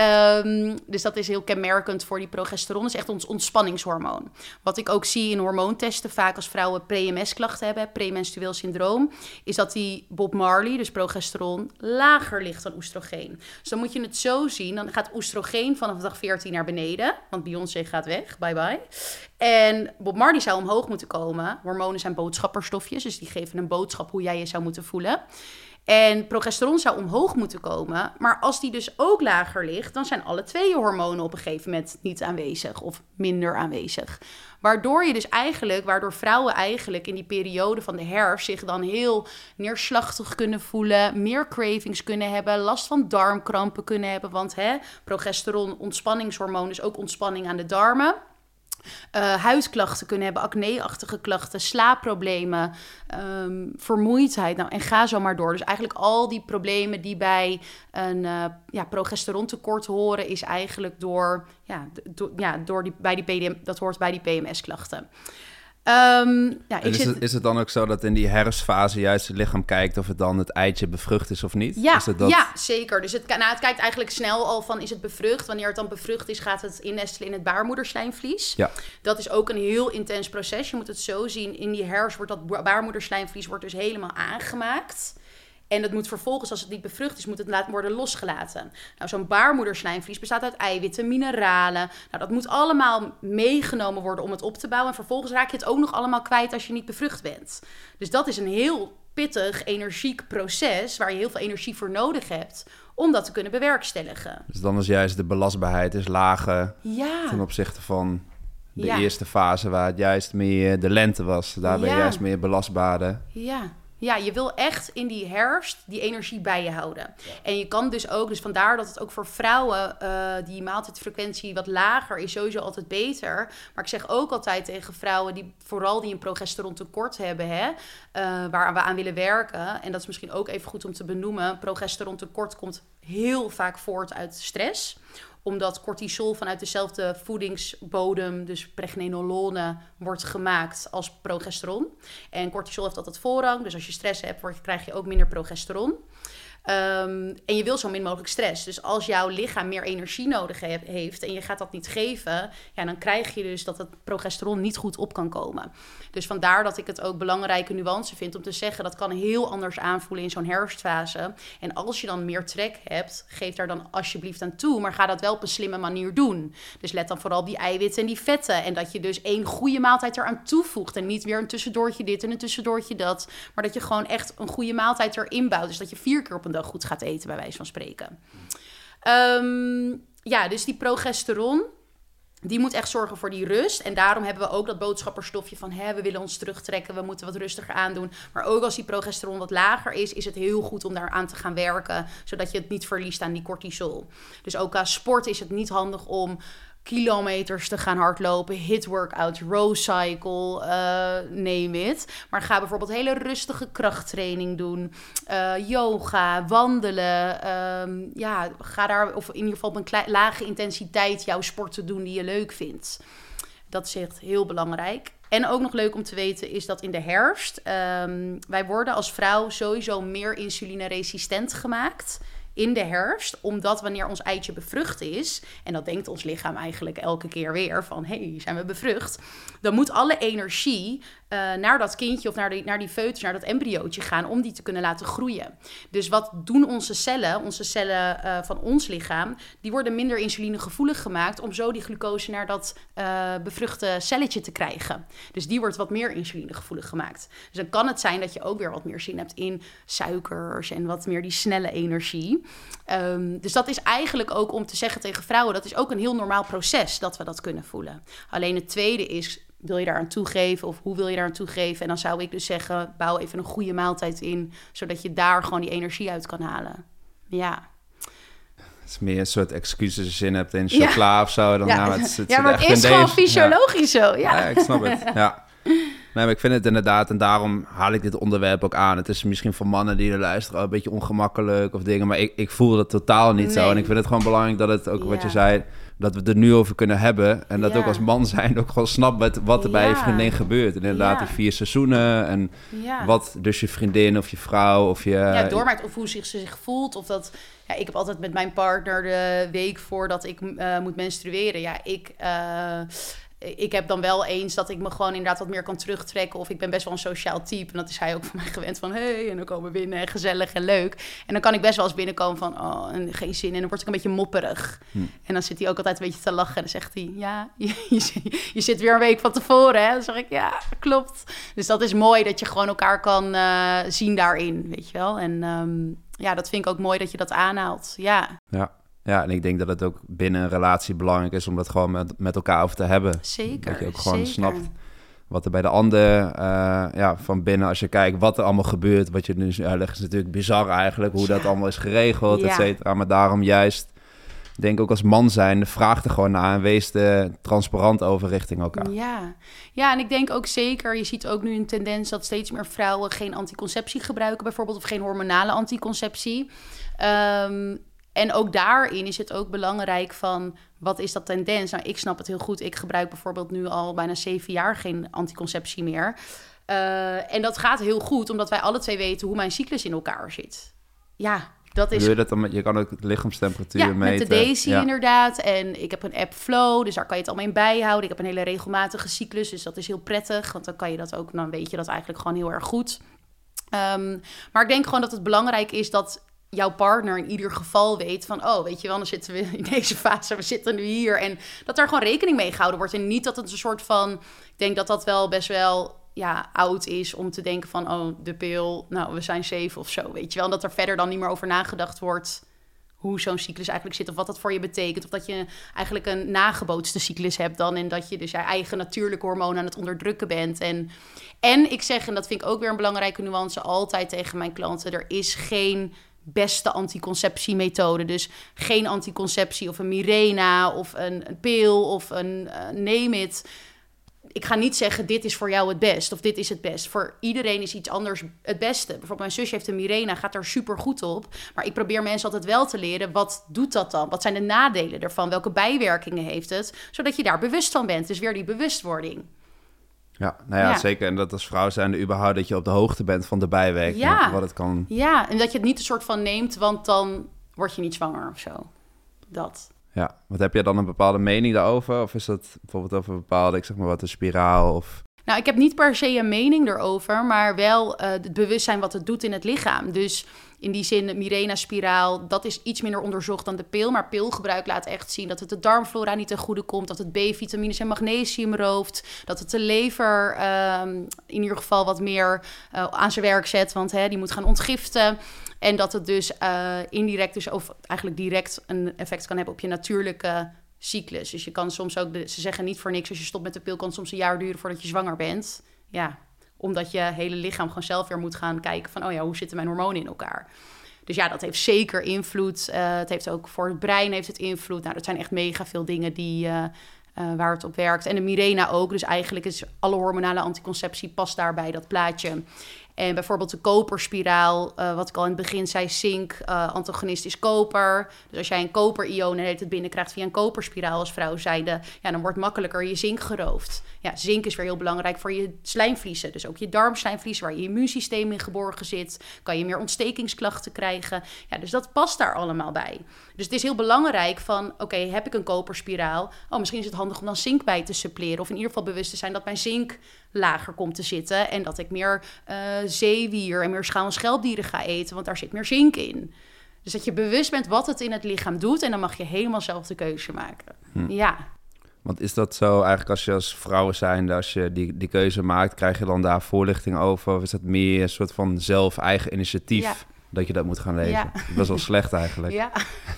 Um, dus dat is heel kenmerkend voor die progesteron. Dat is echt ons ontspanningshormoon. Wat ik ook zie in hormoontesten, vaak als vrouwen P M S-klachten hebben, premenstrueel syndroom, is dat die Bob Marley, dus progesteron, lager ligt dan oestrogeen. Dus dan moet je het zo zien, dan gaat oestrogeen vanaf dag veertien naar beneden, want Beyoncé gaat weg, bye bye. En Bob Marley zou omhoog moeten komen. Hormonen zijn boodschapperstofjes, dus die geven een boodschap hoe jij je zou moeten voelen. En progesteron zou omhoog moeten komen. Maar als die dus ook lager ligt, dan zijn alle twee je hormonen op een gegeven moment niet aanwezig of minder aanwezig. Waardoor je dus eigenlijk, waardoor vrouwen eigenlijk in die periode van de herfst zich dan heel neerslachtig kunnen voelen, meer cravings kunnen hebben, last van darmkrampen kunnen hebben. Want hè, progesteron, ontspanningshormoon, is ook ontspanning aan de darmen. Uh, huidklachten kunnen hebben, acne-achtige klachten, slaapproblemen, um, vermoeidheid. Nou, en ga zo maar door. Dus eigenlijk al die problemen die bij een uh, ja, progesterontekort horen, is eigenlijk door, ja, do, ja, door die, bij die P D M, dat hoort bij die P M S-klachten. Um, ja, ik is, zit... het, is het dan ook zo dat in die herfstfase juist het lichaam kijkt of het dan het eitje bevrucht is of niet? Ja, is het dat... ja zeker. Dus het, nou, het kijkt eigenlijk snel al van, is het bevrucht? Wanneer het dan bevrucht is, gaat het innestelen in het baarmoederslijmvlies. Ja. Dat is ook een heel intens proces. Je moet het zo zien, in die herfst wordt dat baarmoederslijmvlies wordt dus helemaal aangemaakt. En dat moet vervolgens, als het niet bevrucht is, moet het laten worden losgelaten. Nou, zo'n baarmoederslijmvlies bestaat uit eiwitten, mineralen. Nou, dat moet allemaal meegenomen worden om het op te bouwen. En vervolgens raak je het ook nog allemaal kwijt als je niet bevrucht bent. Dus dat is een heel pittig, energiek proces waar je heel veel energie voor nodig hebt om dat te kunnen bewerkstelligen. Dus dan is juist de belastbaarheid is lager ja. ten opzichte van de ja. eerste fase waar het juist meer de lente was. Daar ben je ja. juist meer belastbaarder. Ja. Ja, je wil echt in die herfst die energie bij je houden. Ja. En je kan dus ook, dus vandaar dat het ook voor vrouwen uh, die maaltijdfrequentie wat lager is, sowieso altijd beter. Maar ik zeg ook altijd tegen vrouwen die vooral die een progesteron tekort hebben, hè, uh, waar we aan willen werken. En dat is misschien ook even goed om te benoemen. Progesteron tekort komt heel vaak voort uit stress, omdat cortisol vanuit dezelfde voedingsbodem, dus pregnenolone, wordt gemaakt als progesteron. En cortisol heeft altijd voorrang, dus als je stress hebt, word je, krijg je ook minder progesteron. Um, en je wil zo min mogelijk stress. Dus als jouw lichaam meer energie nodig he- heeft en je gaat dat niet geven, ja, dan krijg je dus dat het progesteron niet goed op kan komen. Dus vandaar dat ik het ook belangrijke nuance vind om te zeggen, dat kan heel anders aanvoelen in zo'n herfstfase. En als je dan meer trek hebt, geef daar dan alsjeblieft aan toe, maar ga dat wel op een slimme manier doen. Dus let dan vooral op die eiwitten en die vetten. En dat je dus één goede maaltijd eraan toevoegt en niet weer een tussendoortje dit en een tussendoortje dat. Maar dat je gewoon echt een goede maaltijd erin bouwt. Dus dat je vier keer op een dag goed gaat eten, bij wijze van spreken. Um, ja, dus die progesteron, die moet echt zorgen voor die rust. En daarom hebben we ook dat boodschapperstofje van, hè, we willen ons terugtrekken, we moeten wat rustiger aandoen. Maar ook als die progesteron wat lager is, is het heel goed om daar aan te gaan werken, zodat je het niet verliest aan die cortisol. Dus ook qua sport is het niet handig om kilometers te gaan hardlopen, hit workouts, row cycle, uh, name it. Maar ga bijvoorbeeld hele rustige krachttraining doen, uh, yoga, wandelen. Um, ja, ga daar, of in ieder geval op een kle- lage intensiteit jouw sporten doen die je leuk vindt. Dat is echt heel belangrijk. En ook nog leuk om te weten is dat in de herfst, um, wij worden als vrouw sowieso meer insulineresistent gemaakt in de herfst. Omdat wanneer ons eitje bevrucht is, en dat denkt ons lichaam eigenlijk elke keer weer van, hé, hey, zijn we bevrucht? Dan moet alle energie uh, naar dat kindje of naar die, naar die foetus, naar dat embryootje gaan om die te kunnen laten groeien. Dus wat doen onze cellen, onze cellen uh, van ons lichaam, die worden minder insulinegevoelig gemaakt om zo die glucose naar dat uh, bevruchte celletje te krijgen. Dus die wordt wat meer insulinegevoelig gemaakt. Dus dan kan het zijn dat je ook weer wat meer zin hebt in suikers en wat meer die snelle energie. Um, dus dat is eigenlijk ook om te zeggen tegen vrouwen, dat is ook een heel normaal proces dat we dat kunnen voelen. Alleen het tweede is, wil je daar aan toegeven of hoe wil je daar aan toegeven? En dan zou ik dus zeggen, bouw even een goede maaltijd in, zodat je daar gewoon die energie uit kan halen. Ja. Het is meer een soort excuses als je zin hebt in chocola ja. of zo. Dan, ja, nou, het, het ja maar het is gewoon deze. fysiologisch ja. zo. Ja. ja, ik snap het. Ja. Nee, maar ik vind het inderdaad, en daarom haal ik dit onderwerp ook aan. Het is misschien voor mannen die er luisteren een beetje ongemakkelijk of dingen, maar ik, ik voel dat totaal niet nee. zo. En ik vind het gewoon belangrijk dat het ook, ja. wat je zei, dat we het er nu over kunnen hebben. En dat ja. ook als man zijn ook gewoon snapt wat er bij ja. je vriendin gebeurt. En inderdaad ja. die vier seizoenen en ja. wat dus je vriendin of je vrouw of je... Ja, doormaakt of hoe zich, ze zich voelt of dat... Ja, ik heb altijd met mijn partner de week voordat ik uh, moet menstrueren. Ja, ik... Uh, Ik heb dan wel eens dat ik me gewoon inderdaad wat meer kan terugtrekken. Of ik ben best wel een sociaal type. En dat is hij ook van mij gewend van... hey, en dan komen we binnen en gezellig en leuk. En dan kan ik best wel eens binnenkomen van... oh, en geen zin. En dan word ik een beetje mopperig. Hm. En dan zit hij ook altijd een beetje te lachen. En dan zegt hij... ja, je, je, je zit weer een week van tevoren, hè? Dan zeg ik, ja, klopt. Dus dat is mooi dat je gewoon elkaar kan uh, zien daarin, weet je wel. En um, ja, dat vind ik ook mooi dat je dat aanhaalt. Ja. Ja. Ja, en ik denk dat het ook binnen een relatie belangrijk is om dat gewoon met, met elkaar over te hebben. Zeker, dat je ook gewoon zeker. snapt wat er bij de ander, uh, ja, van binnen, als je kijkt wat er allemaal gebeurt. Wat je nu uitlegt is natuurlijk bizar eigenlijk, hoe ja. dat allemaal is geregeld, ja. et cetera. Maar daarom juist, denk ook als man zijn, vraag er gewoon naar en wees er transparant over richting elkaar. Ja. ja, en ik denk ook zeker, je ziet ook nu een tendens dat steeds meer vrouwen geen anticonceptie gebruiken bijvoorbeeld, of geen hormonale anticonceptie. Um, En ook daarin is het ook belangrijk van, wat is dat tendens? Nou, ik snap het heel goed. Ik gebruik bijvoorbeeld nu al bijna zeven jaar geen anticonceptie meer. Uh, en dat gaat heel goed, omdat wij alle twee weten hoe mijn cyclus in elkaar zit. Ja, dat is... Doe je, dat dan met, je kan ook de lichaamstemperatuur ja, meten. Met de Daisy ja. inderdaad. En ik heb een app Flow, dus daar kan je het allemaal in bijhouden. Ik heb een hele regelmatige cyclus, dus dat is heel prettig. Want dan kan je dat ook, dan weet je dat eigenlijk gewoon heel erg goed. Um, maar ik denk gewoon dat het belangrijk is dat jouw partner in ieder geval weet van... oh, weet je wel, dan zitten we in deze fase, we zitten nu hier. En dat daar gewoon rekening mee gehouden wordt. En niet dat het een soort van... Ik denk dat dat wel best wel ja, oud is om te denken van... oh, de pil, nou, we zijn safe of zo, weet je wel. En dat er verder dan niet meer over nagedacht wordt... hoe zo'n cyclus eigenlijk zit of wat dat voor je betekent. Of dat je eigenlijk een nagebootste cyclus hebt dan... en dat je dus je eigen natuurlijke hormoon aan het onderdrukken bent. En, en ik zeg, en dat vind ik ook weer een belangrijke nuance... altijd tegen mijn klanten, er is geen... beste anticonceptiemethode. Dus geen anticonceptie of een Mirena of een, een pil of een uh, name it. Ik ga niet zeggen, dit is voor jou het best of dit is het best. Voor iedereen is iets anders het beste. Bijvoorbeeld mijn zusje heeft een Mirena, gaat er super goed op. Maar ik probeer mensen altijd wel te leren, wat doet dat dan? Wat zijn de nadelen ervan? Welke bijwerkingen heeft het? Zodat je daar bewust van bent. Dus weer die bewustwording. Ja, nou ja, ja, zeker. En dat als vrouw zijnde überhaupt dat je op de hoogte bent van de bijwerkingen. Ja. Wat het kan. Ja, en dat je het niet een soort van neemt, want dan word je niet zwanger of zo. Dat. Ja, wat heb jij dan een bepaalde mening daarover? Of is dat bijvoorbeeld over een bepaalde, ik zeg maar wat, een spiraal of... Nou, ik heb niet per se een mening erover, maar wel uh, het bewustzijn wat het doet in het lichaam. Dus in die zin, de Mirena-spiraal, dat is iets minder onderzocht dan de pil. Maar pilgebruik laat echt zien dat het de darmflora niet ten goede komt. Dat het B-vitamines en magnesium rooft. Dat het de lever uh, in ieder geval wat meer uh, aan zijn werk zet. Want hè, die moet gaan ontgiften. En dat het dus uh, indirect, dus, of eigenlijk direct een effect kan hebben op je natuurlijke cyclus. Dus je kan soms ook, de, ze zeggen niet voor niks, als je stopt met de pil, kan het soms een jaar duren voordat je zwanger bent. Ja, omdat je hele lichaam gewoon zelf weer moet gaan kijken van, oh ja, hoe zitten mijn hormonen in elkaar? Dus ja, dat heeft zeker invloed. Uh, het heeft ook voor het brein heeft het invloed. Nou, dat zijn echt mega veel dingen die, uh, uh, waar het op werkt. En de Mirena ook. Dus eigenlijk is alle hormonale anticonceptie past daarbij dat plaatje. En bijvoorbeeld de koperspiraal, uh, wat ik al in het begin zei, zink, uh, antagonist is koper. Dus als jij een koper-ionen het binnenkrijgt via een koperspiraal als vrouw zijnde, ja, dan wordt makkelijker je zink geroofd. Ja, zink is weer heel belangrijk voor je slijmvliezen. Dus ook je darmslijmvliezen, waar je immuunsysteem in geborgen zit, kan je meer ontstekingsklachten krijgen. Ja, dus dat past daar allemaal bij. Dus het is heel belangrijk van, oké, okay, heb ik een koperspiraal? Oh, misschien is het handig om dan zink bij te suppleren. Of in ieder geval bewust te zijn dat mijn zink lager komt te zitten. En dat ik meer uh, zeewier en meer schaal- en schelpdieren ga eten. Want daar zit meer zink in. Dus dat je bewust bent wat het in het lichaam doet. En dan mag je helemaal zelf de keuze maken. Hm. Ja. Want is dat zo eigenlijk als je als vrouwen zijnde, als je die, die keuze maakt, krijg je dan daar voorlichting over? Of is dat meer een soort van zelf-eigen initiatief? Ja. Dat je dat moet gaan lezen. Ja. Dat is wel slecht eigenlijk. Ja.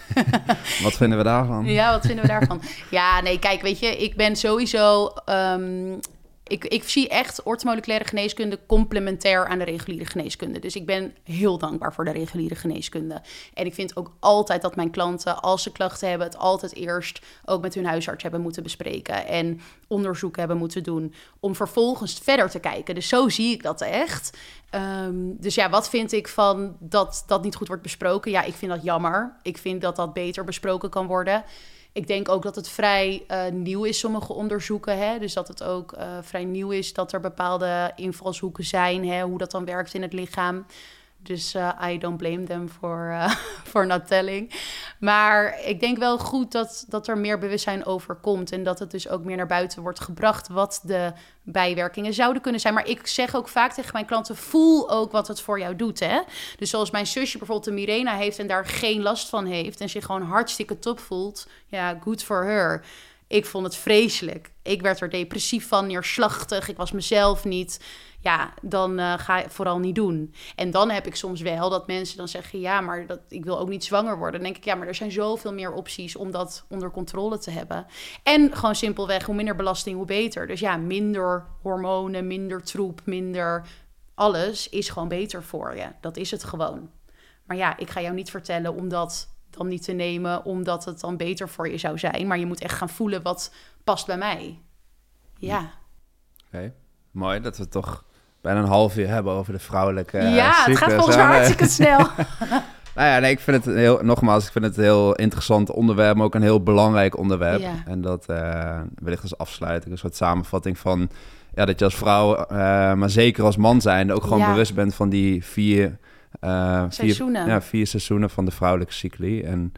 Wat vinden we daarvan? Ja, wat vinden we daarvan? Ja, nee, kijk, weet je, ik ben sowieso... Um, ik, ik zie echt orthomoleculaire geneeskunde complementair aan de reguliere geneeskunde. Dus ik ben heel dankbaar voor de reguliere geneeskunde. En ik vind ook altijd dat mijn klanten, als ze klachten hebben, het altijd eerst ook met hun huisarts hebben moeten bespreken. En onderzoek hebben moeten doen om vervolgens verder te kijken. Dus zo zie ik dat echt. Um, dus ja, wat vind ik van dat dat niet goed wordt besproken? Ja, ik vind dat jammer. Ik vind dat dat beter besproken kan worden. Ik denk ook dat het vrij uh, nieuw is, sommige onderzoeken. Hè? Dus dat het ook uh, vrij nieuw is dat er bepaalde invalshoeken zijn, hè? Hoe dat dan werkt in het lichaam. Dus uh, I don't blame them for, uh, for not telling. Maar ik denk wel goed dat, dat er meer bewustzijn over komt. En dat het dus ook meer naar buiten wordt gebracht wat de bijwerkingen zouden kunnen zijn. Maar ik zeg ook vaak tegen mijn klanten, voel ook wat het voor jou doet. Hè? Dus zoals mijn zusje bijvoorbeeld de migraine heeft en daar geen last van heeft en zich gewoon hartstikke top voelt. Ja, good for her. Ik vond het vreselijk. Ik werd er depressief van, neerslachtig. Ik was mezelf niet. Ja, dan uh, ga je vooral niet doen. En dan heb ik soms wel dat mensen dan zeggen, ja, maar dat, ik wil ook niet zwanger worden. Dan denk ik, ja, maar er zijn zoveel meer opties om dat onder controle te hebben. En gewoon simpelweg, hoe minder belasting, hoe beter. Dus ja, minder hormonen, minder troep, minder alles is gewoon beter voor je. Dat is het gewoon. Maar ja, ik ga jou niet vertellen om dat dan niet te nemen, omdat het dan beter voor je zou zijn. Maar je moet echt gaan voelen wat past bij mij. Ja. Oké, okay. Mooi dat we toch bijna een half uur hebben over de vrouwelijke uh, Ja, cyclus. Het gaat volgens mij hartstikke snel. Nou ja, nee, ik vind het heel, nogmaals, ik vind het een heel interessant onderwerp, maar ook een heel belangrijk onderwerp. Ja. En dat uh, wellicht als afsluiting, een soort samenvatting van, ja, dat je als vrouw, uh, maar zeker als man zijnde, ook gewoon ja. bewust bent van die vier, uh, seizoenen. Vier, ja, vier seizoenen van de vrouwelijke cycli. En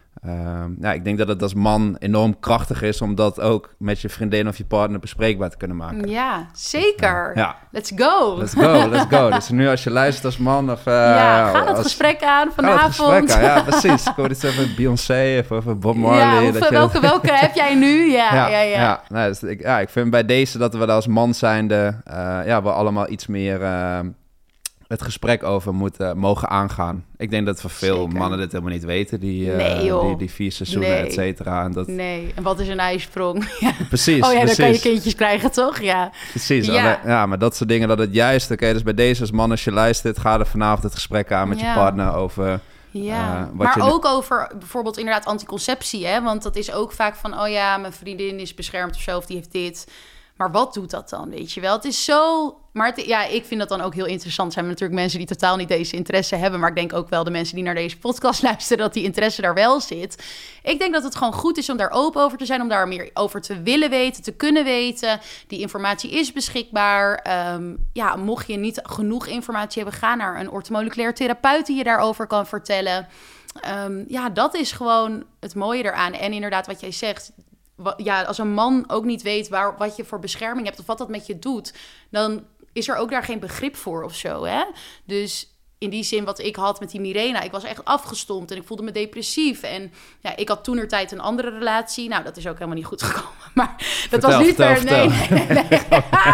Uh, ja, ik denk dat het als man enorm krachtig is om dat ook met je vriendin of je partner bespreekbaar te kunnen maken. Ja, zeker. Uh, ja. Let's go. Let's go, let's go. Dus nu als je luistert als man of... Uh, ja, ga dat als, gesprek aan vanavond. Ga dat gesprek aan, ja, precies. Ik hoor iets over Beyoncé of over Bob Marley. Ja, hoeveel, welke, welke heb jij nu? Ja, ja, ja. ja. ja, nou, dus ik, ja ik vind bij deze dat we als man zijnde, uh, ja, we allemaal iets meer... Uh, het gesprek over moeten mogen aangaan. Ik denk dat voor veel Zeker. mannen dit helemaal niet weten. Die, uh, nee, die, die vier seizoenen, nee. et cetera. En dat... Nee, en wat is een ijsprong? Ja. Precies, Oh ja, precies. Dan kan je kindjes krijgen, toch? Ja. Precies, ja. Alle, ja, maar dat soort dingen, dat het juist... Oké, okay, dus bij deze als man, als je luistert... ga er vanavond het gesprek aan met ja. je partner over... Ja, uh, wat maar je... ook over bijvoorbeeld inderdaad anticonceptie, hè? Want dat is ook vaak van... oh ja, mijn vriendin is beschermd of zo, of die heeft dit... Maar wat doet dat dan, weet je wel? Het is zo... Maar het, ja, ik vind dat dan ook heel interessant. Er zijn natuurlijk mensen die totaal niet deze interesse hebben. Maar ik denk ook wel de mensen die naar deze podcast luisteren... dat die interesse daar wel zit. Ik denk dat het gewoon goed is om daar open over te zijn... om daar meer over te willen weten, te kunnen weten. Die informatie is beschikbaar. Um, ja, mocht je niet genoeg informatie hebben... ga naar een orthomoleculair therapeut die je daarover kan vertellen. Um, ja, dat is gewoon het mooie eraan. En inderdaad, wat jij zegt... Ja, als een man ook niet weet waar, wat je voor bescherming hebt... of wat dat met je doet... dan is er ook daar geen begrip voor of zo, hè? Dus in die zin wat ik had met die migraine... ik was echt afgestompt en ik voelde me depressief. En ja, ik had toenertijd een andere relatie. Nou, dat is ook helemaal niet goed gekomen. Maar dat vertel, was niet vertel, per... Nee, nee, nee, nee.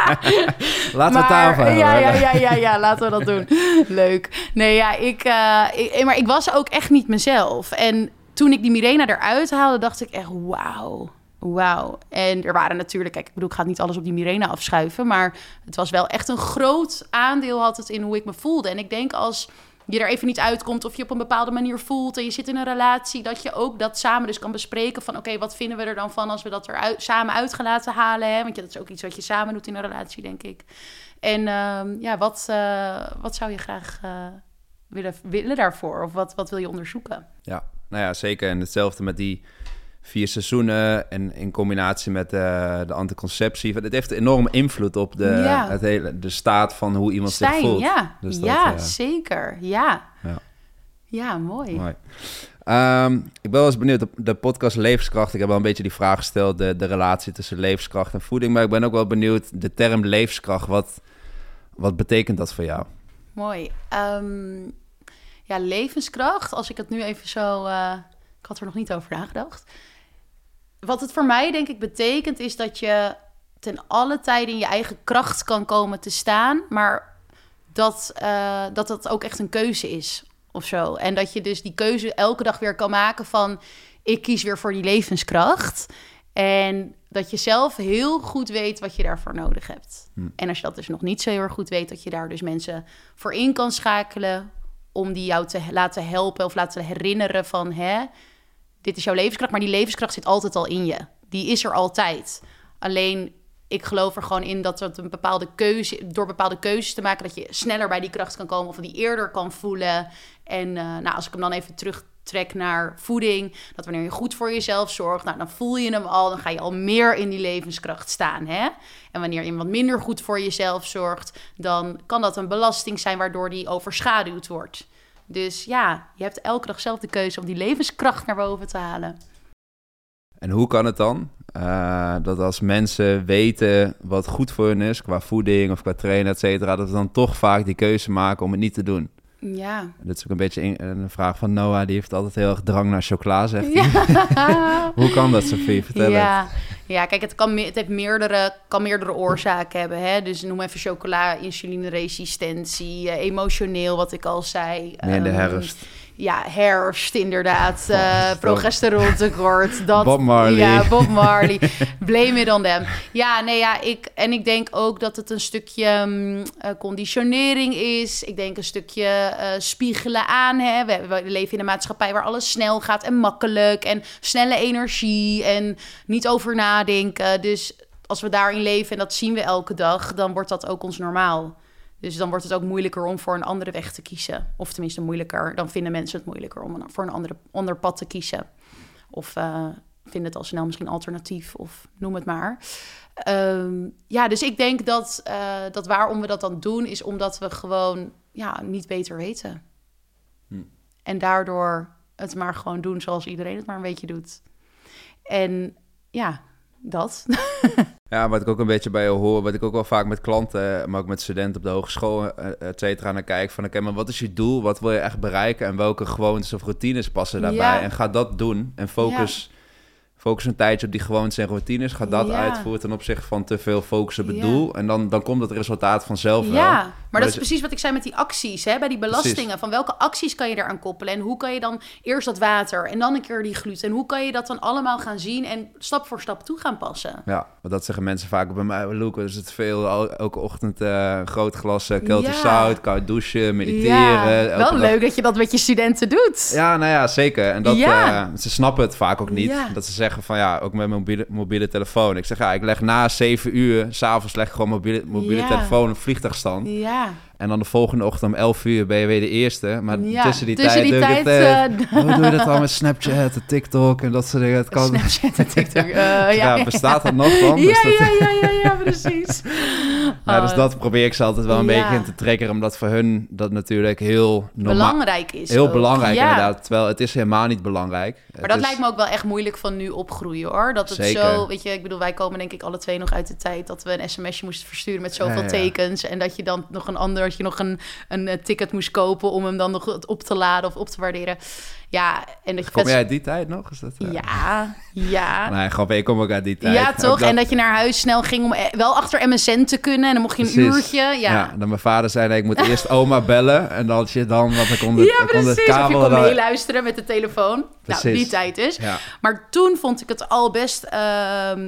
Laten we het daarover hebben. Ja, ja, ja, ja, ja, laten we dat doen. Leuk. Nee, ja, ik, uh, ik... Maar ik was ook echt niet mezelf. En toen ik die migraine eruit haalde, dacht ik echt... wauw. Wauw. En er waren natuurlijk... Kijk, ik bedoel, ik ga niet alles op die migraine afschuiven... maar het was wel echt een groot aandeel had het in hoe ik me voelde. En ik denk als je er even niet uitkomt... of je op een bepaalde manier voelt... en je zit in een relatie... dat je ook dat samen dus kan bespreken... van oké, okay, wat vinden we er dan van... als we dat er uit, samen uit gaan laten halen? Hè? Want ja, dat is ook iets wat je samen doet in een relatie, denk ik. En um, ja, wat, uh, wat zou je graag uh, willen, willen daarvoor? Of wat, wat wil je onderzoeken? Ja, nou ja, zeker. En hetzelfde met die vier seizoenen en in combinatie met uh, de anticonceptie. Het heeft enorm invloed op de, ja. het hele, de staat van hoe iemand Stijn, zich voelt. Ja, dus dat, ja uh, zeker. Ja. Ja, ja mooi. mooi. Um, ik ben wel eens benieuwd, de, de podcast Levenskracht, ik heb wel een beetje die vraag gesteld, de, de relatie tussen levenskracht en voeding, maar ik ben ook wel benieuwd, de term levenskracht, wat, wat betekent dat voor jou? Mooi. Um, ja, levenskracht, als ik het nu even zo, uh, ik had er nog niet over nagedacht. Wat het voor mij denk ik betekent, is dat je ten alle tijde in je eigen kracht kan komen te staan, maar dat uh, dat, dat ook echt een keuze is. Of zo. En dat je dus die keuze elke dag weer kan maken van, ik kies weer voor die levenskracht. En dat je zelf heel goed weet wat je daarvoor nodig hebt. Hm. En als je dat dus nog niet zo heel erg goed weet, dat je daar dus mensen voor in kan schakelen om die jou te laten helpen of laten herinneren van, hè, dit is jouw levenskracht, maar die levenskracht zit altijd al in je. Die is er altijd. Alleen, ik geloof er gewoon in dat het een bepaalde keuze, door bepaalde keuzes te maken, dat je sneller bij die kracht kan komen of die eerder kan voelen. En uh, nou, als ik hem dan even terugtrek naar voeding, dat wanneer je goed voor jezelf zorgt, nou, dan voel je hem al, dan ga je al meer in die levenskracht staan. Hè? En wanneer je wat minder goed voor jezelf zorgt, dan kan dat een belasting zijn waardoor die overschaduwd wordt. Dus ja, je hebt elke dag zelf de keuze om die levenskracht naar boven te halen. En hoe kan het dan? Uh, dat als mensen weten wat goed voor hun is, qua voeding of qua trainen, et cetera, dat ze dan toch vaak die keuze maken om het niet te doen. Ja. Dat is ook een beetje een, een vraag van Noah, die heeft altijd heel erg drang naar chocola, zegt hij. Ja. Hoe kan dat, Sophie? Vertel ja. het. Ja, kijk, het, kan, het heeft meerdere, kan meerdere oorzaken hebben. Hè? Dus noem even chocola, insulineresistentie, uh, emotioneel, wat ik al zei. Meer in de um, herfst. Ja, herfst inderdaad. Uh, progesterontekort. Dat, Bob Marley. Ja, Bob Marley. Blame it on them. Ja, nee, ja, ik, en ik denk ook dat het een stukje um, uh, conditionering is. Ik denk een stukje uh, spiegelen aan. Hè. We, we leven in een maatschappij waar alles snel gaat en makkelijk. En snelle energie en niet over nadenken. Dus als we daarin leven en dat zien we elke dag, dan wordt dat ook ons normaal. Dus dan wordt het ook moeilijker om voor een andere weg te kiezen. Of tenminste moeilijker. Dan vinden mensen het moeilijker om een, voor een andere, ander pad te kiezen. Of uh, vinden het al snel misschien alternatief. Of noem het maar. Um, ja, dus ik denk dat, uh, dat waarom we dat dan doen, is omdat we gewoon ja, niet beter weten. Hm. En daardoor het maar gewoon doen zoals iedereen het maar een beetje doet. En ja, dat. Ja, wat ik ook een beetje bij je hoor, wat ik ook wel vaak met klanten, maar ook met studenten op de hogeschool, et cetera, naar kijk van, oké, okay, maar wat is je doel? Wat wil je echt bereiken? En welke gewoontes of routines passen daarbij? Ja. En ga dat doen en focus... Ja. Focus een tijdje op die gewoontes en routines. Ga dat ja. uitvoeren ten opzichte van te veel focussen op het ja. doel. En dan, dan komt het resultaat vanzelf ja. wel. Ja, maar, maar dat is precies wat ik zei met die acties. Hè? Bij die belastingen. Precies. Van welke acties kan je daaraan koppelen? En hoe kan je dan eerst dat water en dan een keer die gluten? En hoe kan je dat dan allemaal gaan zien en stap voor stap toe gaan passen? Ja, want dat zeggen mensen vaak bij mij. Loek, is het veel. Elke ochtend uh, een groot glas uh, keltisch ja. zout, koud douchen, mediteren. Ja. Wel leuk dag. Dat je dat met je studenten doet. Ja, nou ja, zeker. En dat ja. uh, ze snappen het vaak ook niet. Ja. Dat ze zeggen van ja, ook met mijn mobiele, mobiele telefoon. Ik zeg ja, ik leg na zeven uur, 's avonds leg ik gewoon mobiele, mobiele ja. telefoon op vliegtuigstand. Ja. En dan de volgende ochtend om elf uur ben je weer de eerste. Maar ja, tussen die tussen tijd... Die tijd het, uh, hoe doe je dat al met Snapchat en TikTok en dat soort dingen? Het kan... Snapchat en TikTok. Uh, ja, ja, bestaat dat nog dan? Ja, dus dat... ja, ja, ja, ja, precies. Ja, dus dat probeer ik ze altijd wel een ja. beetje in te trekken. Omdat voor hun dat natuurlijk heel... Norma- belangrijk is. Heel ook. belangrijk ja. inderdaad. Terwijl het is helemaal niet belangrijk. Maar het dat is... lijkt me ook wel echt moeilijk van nu opgroeien hoor. Dat het Zeker. zo, weet je, ik bedoel, wij komen denk ik alle twee nog uit de tijd dat we een sms'je moesten versturen met zoveel ja, ja. tekens. En dat je dan nog een ander, dat je nog een, een ticket moest kopen om hem dan nog op te laden of op te waarderen. Ja, en dat je kom vet... jij uit die tijd nog? Is dat, uh... Ja, ja. Nee, gewoon, ik kom ook uit die tijd. Ja, toch? Dat... En dat je naar huis snel ging om wel achter M S N te kunnen. En dan mocht je een precies. uurtje. Ja. ja, dan mijn vader zei, nee, ik moet eerst oma bellen. En dan je dan, want ik kon de, ja, kon de kabel... Of je kon meeluisteren met de telefoon. Precies. Nou, die tijd dus. Ja. Maar toen vond ik het al best... Uh,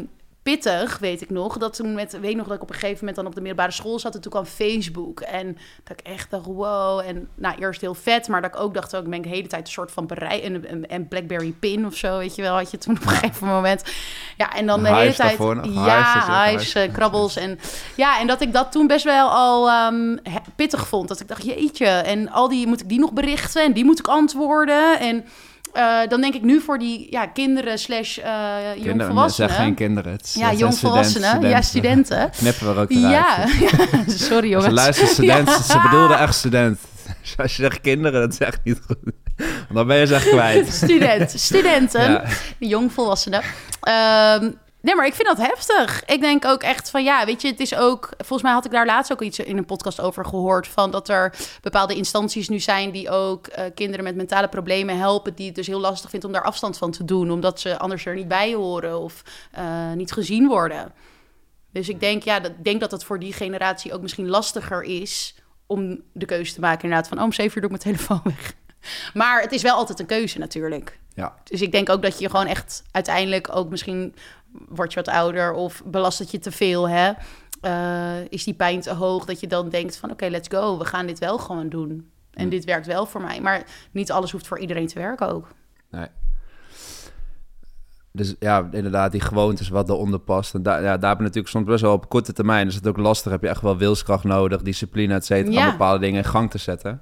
pittig, weet ik nog. Dat toen met, weet ik nog dat ik op een gegeven moment dan op de middelbare school zat. En toen kwam Facebook. En dat ik echt dacht, wow. En nou, eerst heel vet. Maar dat ik ook dacht, ook, ben ik de hele tijd een soort van berei. En, en, en Blackberry Pin of zo, weet je wel. Had je toen op een gegeven moment. Ja, en dan de hele tijd. Ja, hives, uh, krabbels. En ja, en dat ik dat toen best wel al um, pittig vond. Dat ik dacht, jeetje. En al die, moet ik die nog berichten? En die moet ik antwoorden. En Uh, dan denk ik nu voor die ja, kinderen slash uh, jongvolwassenen. Zeg geen kinderen. Het, ja, jongvolwassenen. Studenten. Ja, studenten. Knippen we ook eruit. Ja, ja. Sorry jongens. Ze luisteren studenten. Ja. Ze bedoelden echt student. Als je zegt kinderen, dat is echt niet goed. Dan ben je ze echt kwijt. Student. Studenten. Ja. Jongvolwassenen. Um, Nee, maar ik vind dat heftig. Ik denk ook echt van, ja, weet je, het is ook... Volgens mij had ik daar laatst ook iets in een podcast over gehoord, van dat er bepaalde instanties nu zijn die ook uh, kinderen met mentale problemen helpen, die het dus heel lastig vindt om daar afstand van te doen, omdat ze anders er niet bij horen of uh, niet gezien worden. Dus ik denk, ja, dat, denk dat het voor die generatie ook misschien lastiger is om de keuze te maken inderdaad van, oh, om zeven uur doe ik mijn telefoon weg. Maar het is wel altijd een keuze natuurlijk. Ja. Dus ik denk ook dat je gewoon echt uiteindelijk ook misschien word je wat ouder of belast het je te veel, hè? Uh, is die pijn te hoog dat je dan denkt van oké, okay, let's go, we gaan dit wel gewoon doen. En mm. dit werkt wel voor mij. Maar niet alles hoeft voor iedereen te werken ook. Nee. Dus ja, inderdaad, die gewoontes wat eronder past. En daar, ja, daar heb je natuurlijk soms best wel op korte termijn. Dus het ook lastig. Heb je echt wel wilskracht nodig, discipline, et cetera, ja. om bepaalde dingen in gang te zetten.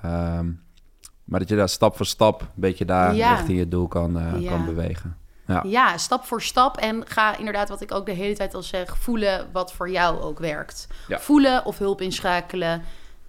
Um, maar dat je daar stap voor stap een beetje daar ja. richting je doel kan, uh, ja. kan bewegen. Ja. ja, stap voor stap. En ga inderdaad, wat ik ook de hele tijd al zeg, voelen wat voor jou ook werkt. Ja. Voelen of hulp inschakelen.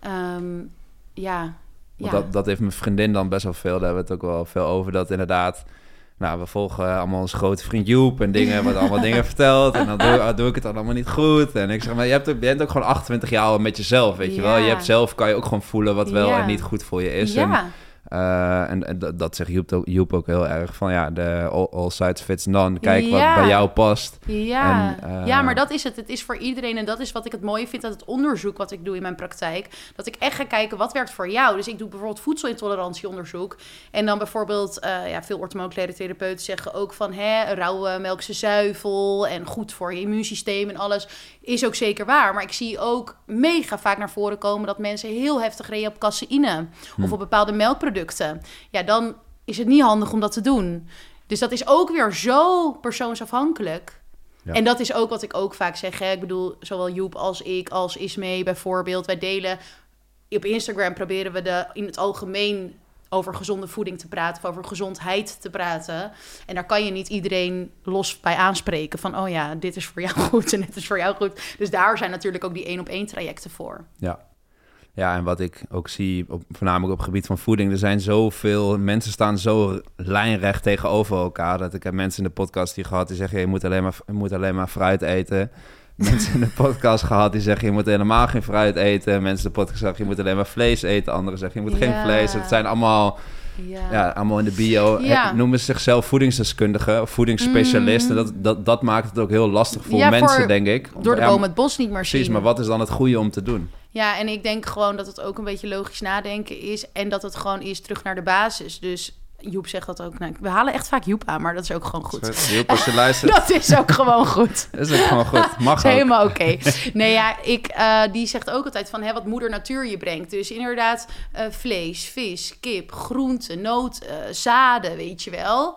Um, ja. ja. Dat, dat heeft mijn vriendin dan best wel veel. Daar hebben we het ook wel veel over. Dat inderdaad, nou, we volgen allemaal onze grote vriend Joep en dingen, wat allemaal dingen vertelt. En dan doe, doe ik het dan allemaal niet goed. En ik zeg maar, je, hebt ook, je bent ook gewoon achtentwintig jaar al met jezelf, weet je ja. wel. Je hebt zelf, kan je ook gewoon voelen wat wel ja. en niet goed voor je is. Ja. En, Uh, en, en dat, dat zegt Joep ook, Joep ook heel erg van ja, de all, all sides fits none. Kijk ja. wat bij jou past. Ja. En, uh, ja, maar dat is het. Het is voor iedereen en dat is wat ik het mooie vind aan het onderzoek wat ik doe in mijn praktijk. Dat ik echt ga kijken wat werkt voor jou. Dus ik doe bijvoorbeeld voedselintolerantieonderzoek. En dan bijvoorbeeld, uh, ja, veel orthomoleculaire therapeuten zeggen ook van hè, rauwe melkse zuivel en goed voor je immuunsysteem en alles. Is ook zeker waar. Maar ik zie ook mega vaak naar voren komen dat mensen heel heftig reageren op caseïne hm. of op bepaalde melkproducten. Ja, dan is het niet handig om dat te doen. Dus dat is ook weer zo persoonsafhankelijk. Ja. En dat is ook wat ik ook vaak zeg. Hè? Ik bedoel, zowel Joep als ik, als Ismee bijvoorbeeld. Wij delen op Instagram, proberen we de, in het algemeen over gezonde voeding te praten, of over gezondheid te praten. En daar kan je niet iedereen los bij aanspreken van, oh ja, dit is voor jou goed en dit is voor jou goed. Dus daar zijn natuurlijk ook die één-op-één trajecten voor. Ja. Ja, en wat ik ook zie, op, voornamelijk op het gebied van voeding, er zijn zoveel, mensen staan zo lijnrecht tegenover elkaar, dat ik heb mensen in de podcast die gehad die zeggen, je moet alleen maar, je moet alleen maar fruit eten. Mensen in de podcast gehad die zeggen, je moet helemaal geen fruit eten. Mensen in de podcast zeggen, je moet alleen maar vlees eten. Anderen zeggen, je moet ja. geen vlees. Het zijn allemaal, ja. Ja, allemaal in de bio. Ja. Noemen ze zichzelf voedingsdeskundigen of voedingsspecialisten. Mm. Dat, dat, dat maakt het ook heel lastig voor ja, mensen, voor, denk ik. Door de ja, boom het bos niet meer precies, zien. Precies, maar wat is dan het goede om te doen? Ja, en ik denk gewoon dat het ook een beetje logisch nadenken is. En dat het gewoon is terug naar de basis. Dus Joep zegt dat ook. Nou, we halen echt vaak Joep aan, maar dat is ook gewoon goed. Joep, als je luistert. Dat is ook gewoon goed. Dat is ook gewoon goed. Mag ook. Helemaal oké. Okay. Nee, ja, ik, uh, die zegt ook altijd van hè, wat moeder natuur je brengt. Dus inderdaad uh, vlees, vis, kip, groenten, noten, uh, zaden, weet je wel.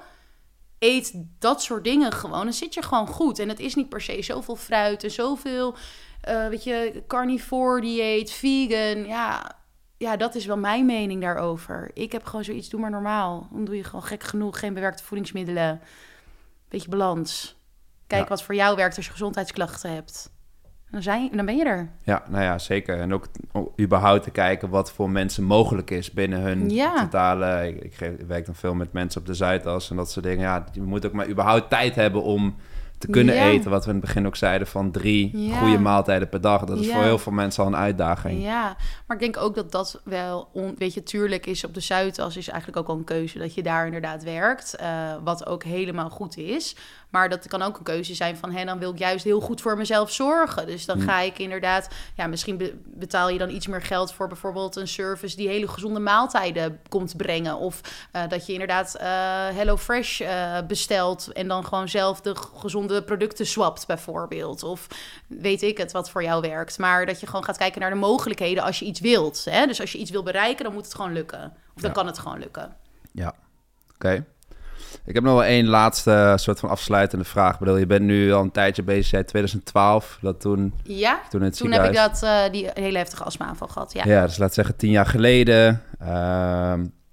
Eet dat soort dingen gewoon. Dan zit je gewoon goed. En het is niet per se zoveel fruit en zoveel, uh, weet je, carnivore dieet, vegan, ja. Ja, dat is wel mijn mening daarover. Ik heb gewoon zoiets, doe maar normaal. Dan doe je gewoon gek genoeg, geen bewerkte voedingsmiddelen. Beetje balans. Kijk ja. wat voor jou werkt als je gezondheidsklachten hebt. Dan, zijn, dan ben je er. Ja, nou ja, zeker. En ook überhaupt te kijken wat voor mensen mogelijk is binnen hun ja. totale... Ik, ik, geef, ik werk dan veel met mensen op de Zuidas en dat soort dingen. Ja, je moet ook maar überhaupt tijd hebben om te kunnen ja. eten. Wat we in het begin ook zeiden van drie ja. goede maaltijden per dag. Dat is ja. voor heel veel mensen al een uitdaging. Ja, maar ik denk ook dat dat wel, on, weet je, tuurlijk is op de Zuidas is eigenlijk ook al een keuze dat je daar inderdaad werkt. Uh, wat ook helemaal goed is. Maar dat kan ook een keuze zijn van... Hé, dan wil ik juist heel goed voor mezelf zorgen. Dus dan ga ik inderdaad... Ja, misschien be- betaal je dan iets meer geld voor bijvoorbeeld een service... die hele gezonde maaltijden komt brengen. Of uh, dat je inderdaad uh, HelloFresh uh, bestelt... en dan gewoon zelf de gezonde producten swapt bijvoorbeeld. Of weet ik het, wat voor jou werkt. Maar dat je gewoon gaat kijken naar de mogelijkheden als je iets wilt. Hè? Dus als je iets wil bereiken, dan moet het gewoon lukken. Of dan ja. kan het gewoon lukken. Ja, oké. Okay. Ik heb nog wel één laatste soort van afsluitende vraag. Ik bedoel, je bent nu al een tijdje bezig, zei twintig twaalf, dat toen... Ja, toen, in het toen heb ik dat, uh, die hele heftige astma-aanval gehad, ja. Ja, dus laat zeggen tien jaar geleden. Uh,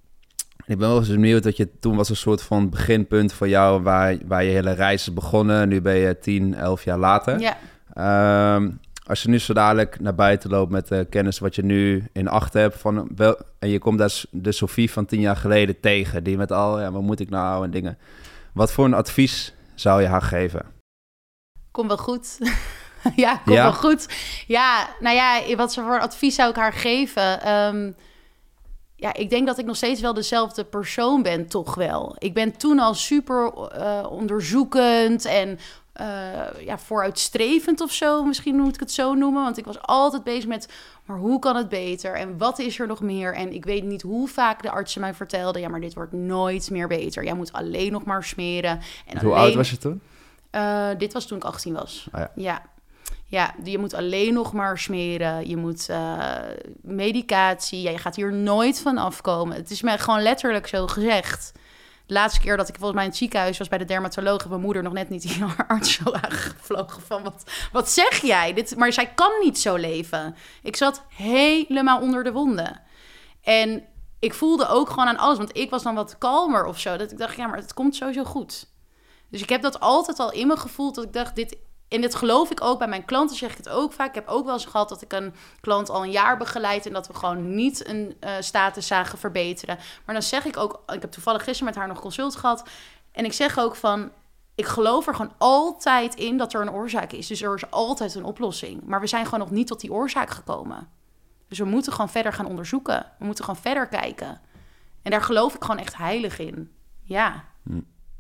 ik ben wel eens benieuwd dat je toen was een soort van beginpunt voor jou... waar, waar je hele reis is begonnen. Nu ben je tien, elf jaar later. Ja. Uh, als je nu zo dadelijk naar buiten loopt met de kennis wat je nu in acht hebt... Van wel, en je komt daar de Sophie van tien jaar geleden tegen... die met al, ja, wat moet ik nou en dingen... Wat voor een advies zou je haar geven? Kom wel goed. ja, kom ja? wel goed. Ja, nou ja, wat voor advies zou ik haar geven? Um, ja, ik denk dat ik nog steeds wel dezelfde persoon ben, toch wel. Ik ben toen al super uh, onderzoekend en... Uh, ja, vooruitstrevend of zo, misschien moet ik het zo noemen. Want ik was altijd bezig met, maar hoe kan het beter? En wat is er nog meer? En ik weet niet hoe vaak de artsen mij vertelden... ja, maar dit wordt nooit meer beter. Jij moet alleen nog maar smeren. En hoe alleen... oud was je toen? Uh, dit was toen ik achttien was. Oh, ja. ja. Ja, je moet alleen nog maar smeren. Je moet uh, medicatie. Ja, je gaat hier nooit van afkomen. Het is mij gewoon letterlijk zo gezegd... De laatste keer dat ik volgens mij in het ziekenhuis was bij de dermatoloog... heeft mijn moeder nog net niet die arts zo aangevlogen van... Wat, wat zeg jij? Dit, maar zij kan niet zo leven. Ik zat helemaal onder de wonden. En ik voelde ook gewoon aan alles... want ik was dan wat kalmer of zo. Dat ik dacht, ja, maar het komt sowieso goed. Dus ik heb dat altijd al in me gevoeld... dat ik dacht, dit... En dit geloof ik ook bij mijn klanten, zeg ik het ook vaak. Ik heb ook wel eens gehad dat ik een klant al een jaar begeleid... en dat we gewoon niet een uh, status zagen verbeteren. Maar dan zeg ik ook... Ik heb toevallig gisteren met haar nog consult gehad... en ik zeg ook van... ik geloof er gewoon altijd in dat er een oorzaak is. Dus er is altijd een oplossing. Maar we zijn gewoon nog niet tot die oorzaak gekomen. Dus we moeten gewoon verder gaan onderzoeken. We moeten gewoon verder kijken. En daar geloof ik gewoon echt heilig in. Ja. Hm.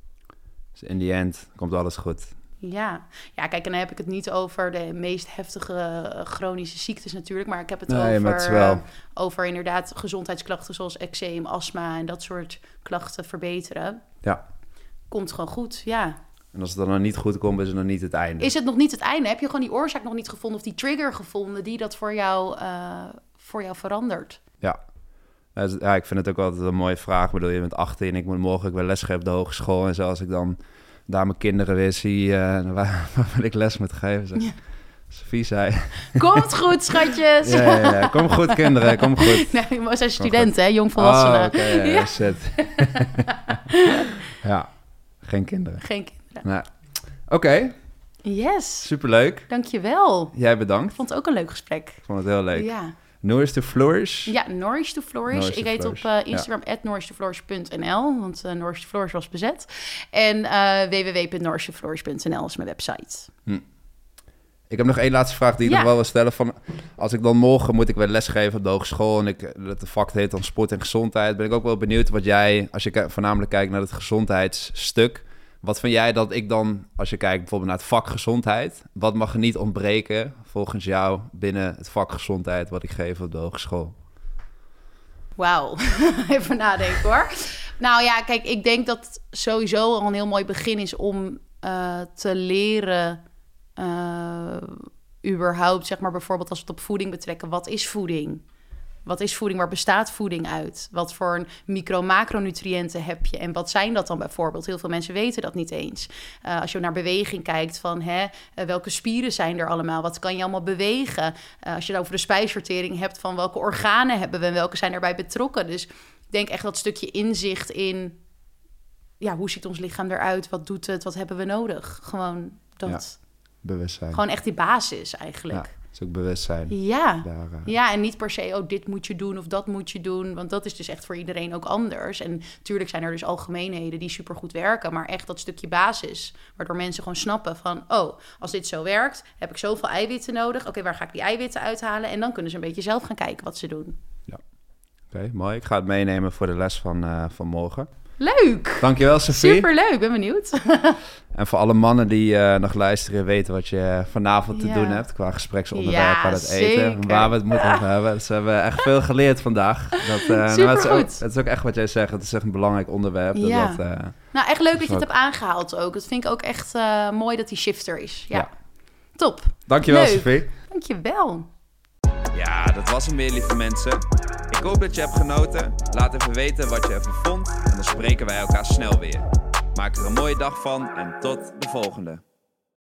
Dus in the end komt alles goed. Ja. ja, kijk, en dan heb ik het niet over de meest heftige uh, chronische ziektes natuurlijk... maar ik heb het nee, over, het wel... uh, over inderdaad gezondheidsklachten... zoals eczeem, astma en dat soort klachten verbeteren. Ja. Komt gewoon goed, ja. En als het dan nog niet goed komt, is het nog niet het einde. Is het nog niet het einde? Heb je gewoon die oorzaak nog niet gevonden... of die trigger gevonden die dat voor jou, uh, voor jou verandert? Ja. ja, ik vind het ook altijd een mooie vraag. Ik bedoel, je bent achttien, ik moet morgen ook weer lesgeven op de hogeschool... en zo als ik dan... daar mijn kinderen weer zie, uh, waar, waar wil ik les moet geven. Zeg. Ja. Sophie zei... Komt goed, schatjes. ja, ja, ja, kom goed, kinderen, kom goed. Nee, we zijn studenten, hè, jongvolwassenen. Oh, okay, ja, ja. Shit. ja, geen kinderen. Geen kinderen. Nou, Oké. Okay. Yes. Superleuk. Dankjewel. Jij bedankt. Ik vond het ook een leuk gesprek. Ik vond het heel leuk. Ja. Nourish to Flourish. Ja, Nourish to Flourish. Nourish ik heet op uh, Instagram at nourish to flourish punt n l, want uh, Nourish to Flourish was bezet. En uh, w w w punt nourish to flourish punt n l is mijn website. Hm. Ik heb nog één laatste vraag die ik ja. nog wel wil stellen. Van, als ik dan morgen moet ik weer lesgeven op de hogeschool... en ik, de vak heet dan sport en gezondheid... ben ik ook wel benieuwd wat jij, als je voornamelijk kijkt naar het gezondheidsstuk... wat vind jij dat ik dan, als je kijkt bijvoorbeeld naar het vak gezondheid... wat mag er niet ontbreken volgens jou binnen het vak gezondheid... wat ik geef op de hogeschool? Wauw, even nadenken hoor. Nou ja, kijk, ik denk dat het sowieso al een heel mooi begin is... om uh, te leren... Uh, überhaupt, zeg maar bijvoorbeeld als we het op voeding betrekken... wat is voeding? Wat is voeding? Waar bestaat voeding uit? Wat voor een micro-macronutriënten heb je? En wat zijn dat dan bijvoorbeeld? Heel veel mensen weten dat niet eens. Uh, als je naar beweging kijkt, van hè, uh, welke spieren zijn er allemaal? Wat kan je allemaal bewegen? Uh, als je het over de spijsvertering hebt, van welke organen hebben we... en welke zijn erbij betrokken? Dus ik denk echt dat stukje inzicht in... ja, hoe ziet ons lichaam eruit? Wat doet het? Wat hebben we nodig? Gewoon dat... Ja. Bewustzijn. Gewoon echt die basis eigenlijk. Ja, dat is ook bewustzijn. Ja. Daar, uh... ja, en niet per se, oh, dit moet je doen of dat moet je doen. Want dat is dus echt voor iedereen ook anders. En natuurlijk zijn er dus algemeenheden die supergoed werken. Maar echt dat stukje basis, waardoor mensen gewoon snappen van... oh, als dit zo werkt, heb ik zoveel eiwitten nodig. Oké, okay, waar ga ik die eiwitten uithalen? En dan kunnen ze een beetje zelf gaan kijken wat ze doen. Ja, oké, okay, mooi. Ik ga het meenemen voor de les van, uh, van morgen. Leuk. Dankjewel, Sophie. Superleuk, ben benieuwd. En voor alle mannen die uh, nog luisteren, weten wat je vanavond te Ja. doen hebt qua gespreksonderwerp, Ja, qua het eten, zeker. waar we het moeten over hebben. Dus we hebben echt veel geleerd vandaag. Dat, uh, nou, het, is ook, Supergoed. het is ook echt wat jij zegt, het is echt een belangrijk onderwerp. Dat, Ja. dat, uh, Nou, echt leuk dat je Zo. het hebt aangehaald ook. Dat vind ik ook echt uh, mooi dat die shift er is. Ja, Ja. top. Dankjewel, Leuk. Sophie. Dankjewel. Ja, dat was hem weer, lieve mensen. Ik hoop dat je hebt genoten. Laat even weten wat je ervan vond. En dan spreken wij elkaar snel weer. Maak er een mooie dag van en tot de volgende.